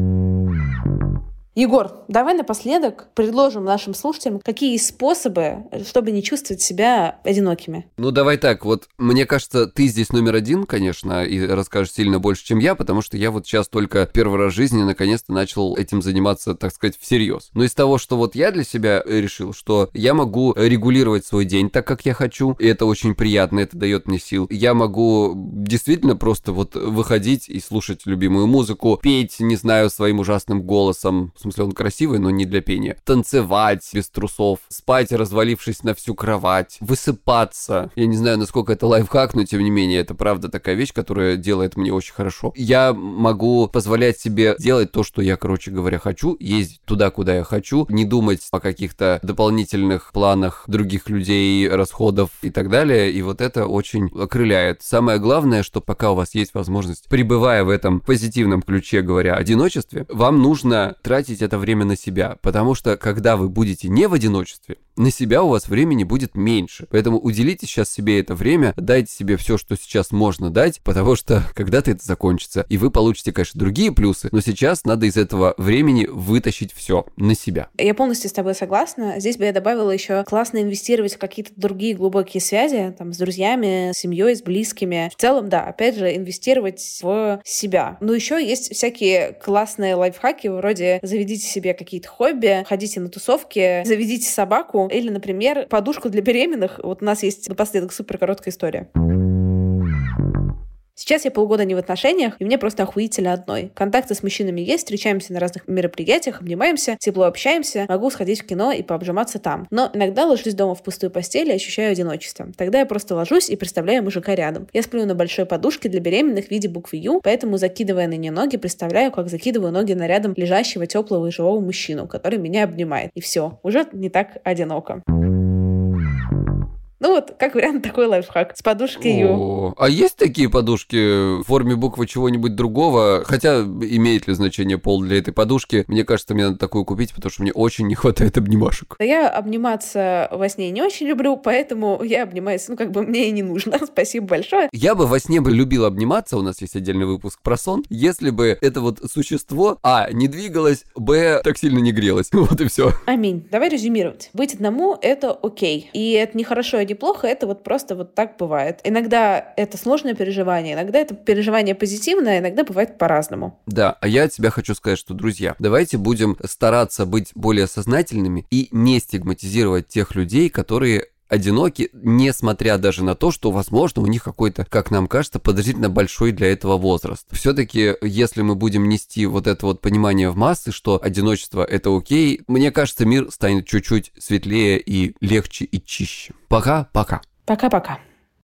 Егор, давай напоследок предложим нашим слушателям, какие есть способы, чтобы не чувствовать себя одинокими. Ну, давай так, вот мне кажется, ты здесь номер один, конечно, и расскажешь сильно больше, чем я, потому что я вот сейчас только первый раз в жизни наконец-то начал этим заниматься, так сказать, всерьез. Но из того, что вот я для себя решил, что я могу регулировать свой день так, как я хочу, и это очень приятно, это дает мне сил. Я могу действительно просто вот выходить и слушать любимую музыку, петь, не знаю, своим ужасным голосом, в смысле он красивый, но не для пения, танцевать без трусов, спать, развалившись на всю кровать, высыпаться. Я не знаю, насколько это лайфхак, но тем не менее, это правда такая вещь, которая делает мне очень хорошо. Я могу позволять себе делать то, что я, короче говоря, хочу, ездить туда, куда я хочу, не думать о каких-то дополнительных планах других людей, расходов и так далее, и вот это очень окрыляет. Самое главное, что пока у вас есть возможность, пребывая в этом позитивном ключе, говоря, одиночестве, вам нужно тратить это время на себя, потому что когда вы будете не в одиночестве, на себя у вас времени будет меньше. Поэтому уделите сейчас себе это время, дайте себе все, что сейчас можно дать, потому что когда-то это закончится. И вы получите, конечно, другие плюсы, но сейчас надо из этого времени вытащить все на себя. Я полностью с тобой согласна. Здесь бы я добавила еще классно инвестировать в какие-то другие глубокие связи, там, с друзьями, с семьей, с близкими. В целом, да, опять же, инвестировать в себя. Но еще есть всякие классные лайфхаки, вроде заведите себе какие-то хобби, ходите на тусовки, заведите собаку или, например, подушку для беременных. Вот у нас есть напоследок супер короткая история. Сейчас я полгода не в отношениях, и мне просто охуительно одной. Контакты с мужчинами есть, встречаемся на разных мероприятиях, обнимаемся, тепло общаемся, могу сходить в кино и пообжиматься там. Но иногда ложусь дома в пустую постель и ощущаю одиночество. Тогда я просто ложусь и представляю мужика рядом. Я сплю на большой подушке для беременных в виде буквы Ю, поэтому, закидывая на нее ноги, представляю, как закидываю ноги на рядом лежащего теплого и живого мужчину, который меня обнимает. И все, уже не так одиноко. Ну вот, как вариант, такой лайфхак с подушкой Ю. А есть такие подушки в форме буквы чего-нибудь другого? Хотя, имеет ли значение пол для этой подушки? Мне кажется, мне надо такую купить, потому что мне очень не хватает обнимашек. Да я обниматься во сне не очень люблю, поэтому я обнимаюсь, ну, как бы мне и не нужно. Спасибо большое. Я бы во сне бы любил обниматься, у нас есть отдельный выпуск про сон, если бы это вот существо, а, не двигалось, б, так сильно не грелось. Вот и все. Аминь. Давай резюмировать. Быть одному — это окей. И это не хорошо, неплохо, это вот просто вот так бывает. Иногда это сложное переживание, иногда это переживание позитивное, иногда бывает по-разному. Да, а я от себя хочу сказать, что, друзья, давайте будем стараться быть более сознательными и не стигматизировать тех людей, которые одиноки, несмотря даже на то, что, возможно, у них какой-то, как нам кажется, подозрительно большой для этого возраст. Все-таки, если мы будем нести вот это вот понимание в массы, что одиночество — это окей, мне кажется, мир станет чуть-чуть светлее и легче и чище. Пока-пока. Пока-пока.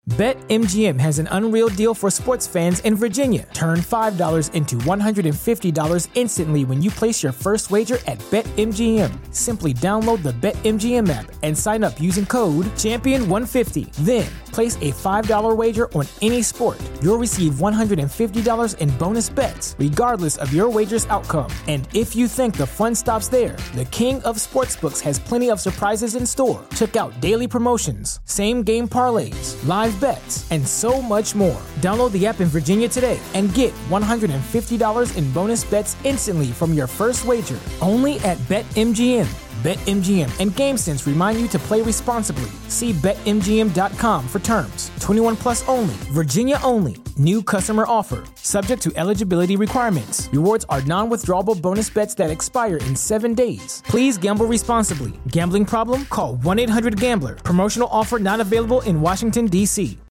BetMGM has an unreal deal for sports fans in Virginia. Turn five dollars into one hundred fifty dollars instantly when you place your first wager at BetMGM. Simply download the BetMGM app and sign up using code champion one fifty. Then, place a five dollars wager on any sport. You'll receive one hundred fifty dollars in bonus bets, regardless of your wager's outcome. And if you think the fun stops there, the king of sportsbooks has plenty of surprises in store. Check out daily promotions, same-game parlays, live bets, and so much more. Download the app in Virginia today and get one hundred fifty dollars in bonus bets instantly from your first wager. Only at BetMGM. BetMGM and GameSense remind you to play responsibly. See Bet M G M dot com for terms. twenty-one plus only. Virginia only. New customer offer. Subject to eligibility requirements. Rewards are non-withdrawable bonus bets that expire in seven days. Please gamble responsibly. Gambling problem? Call one eight hundred gambler. Promotional offer not available in Washington, D C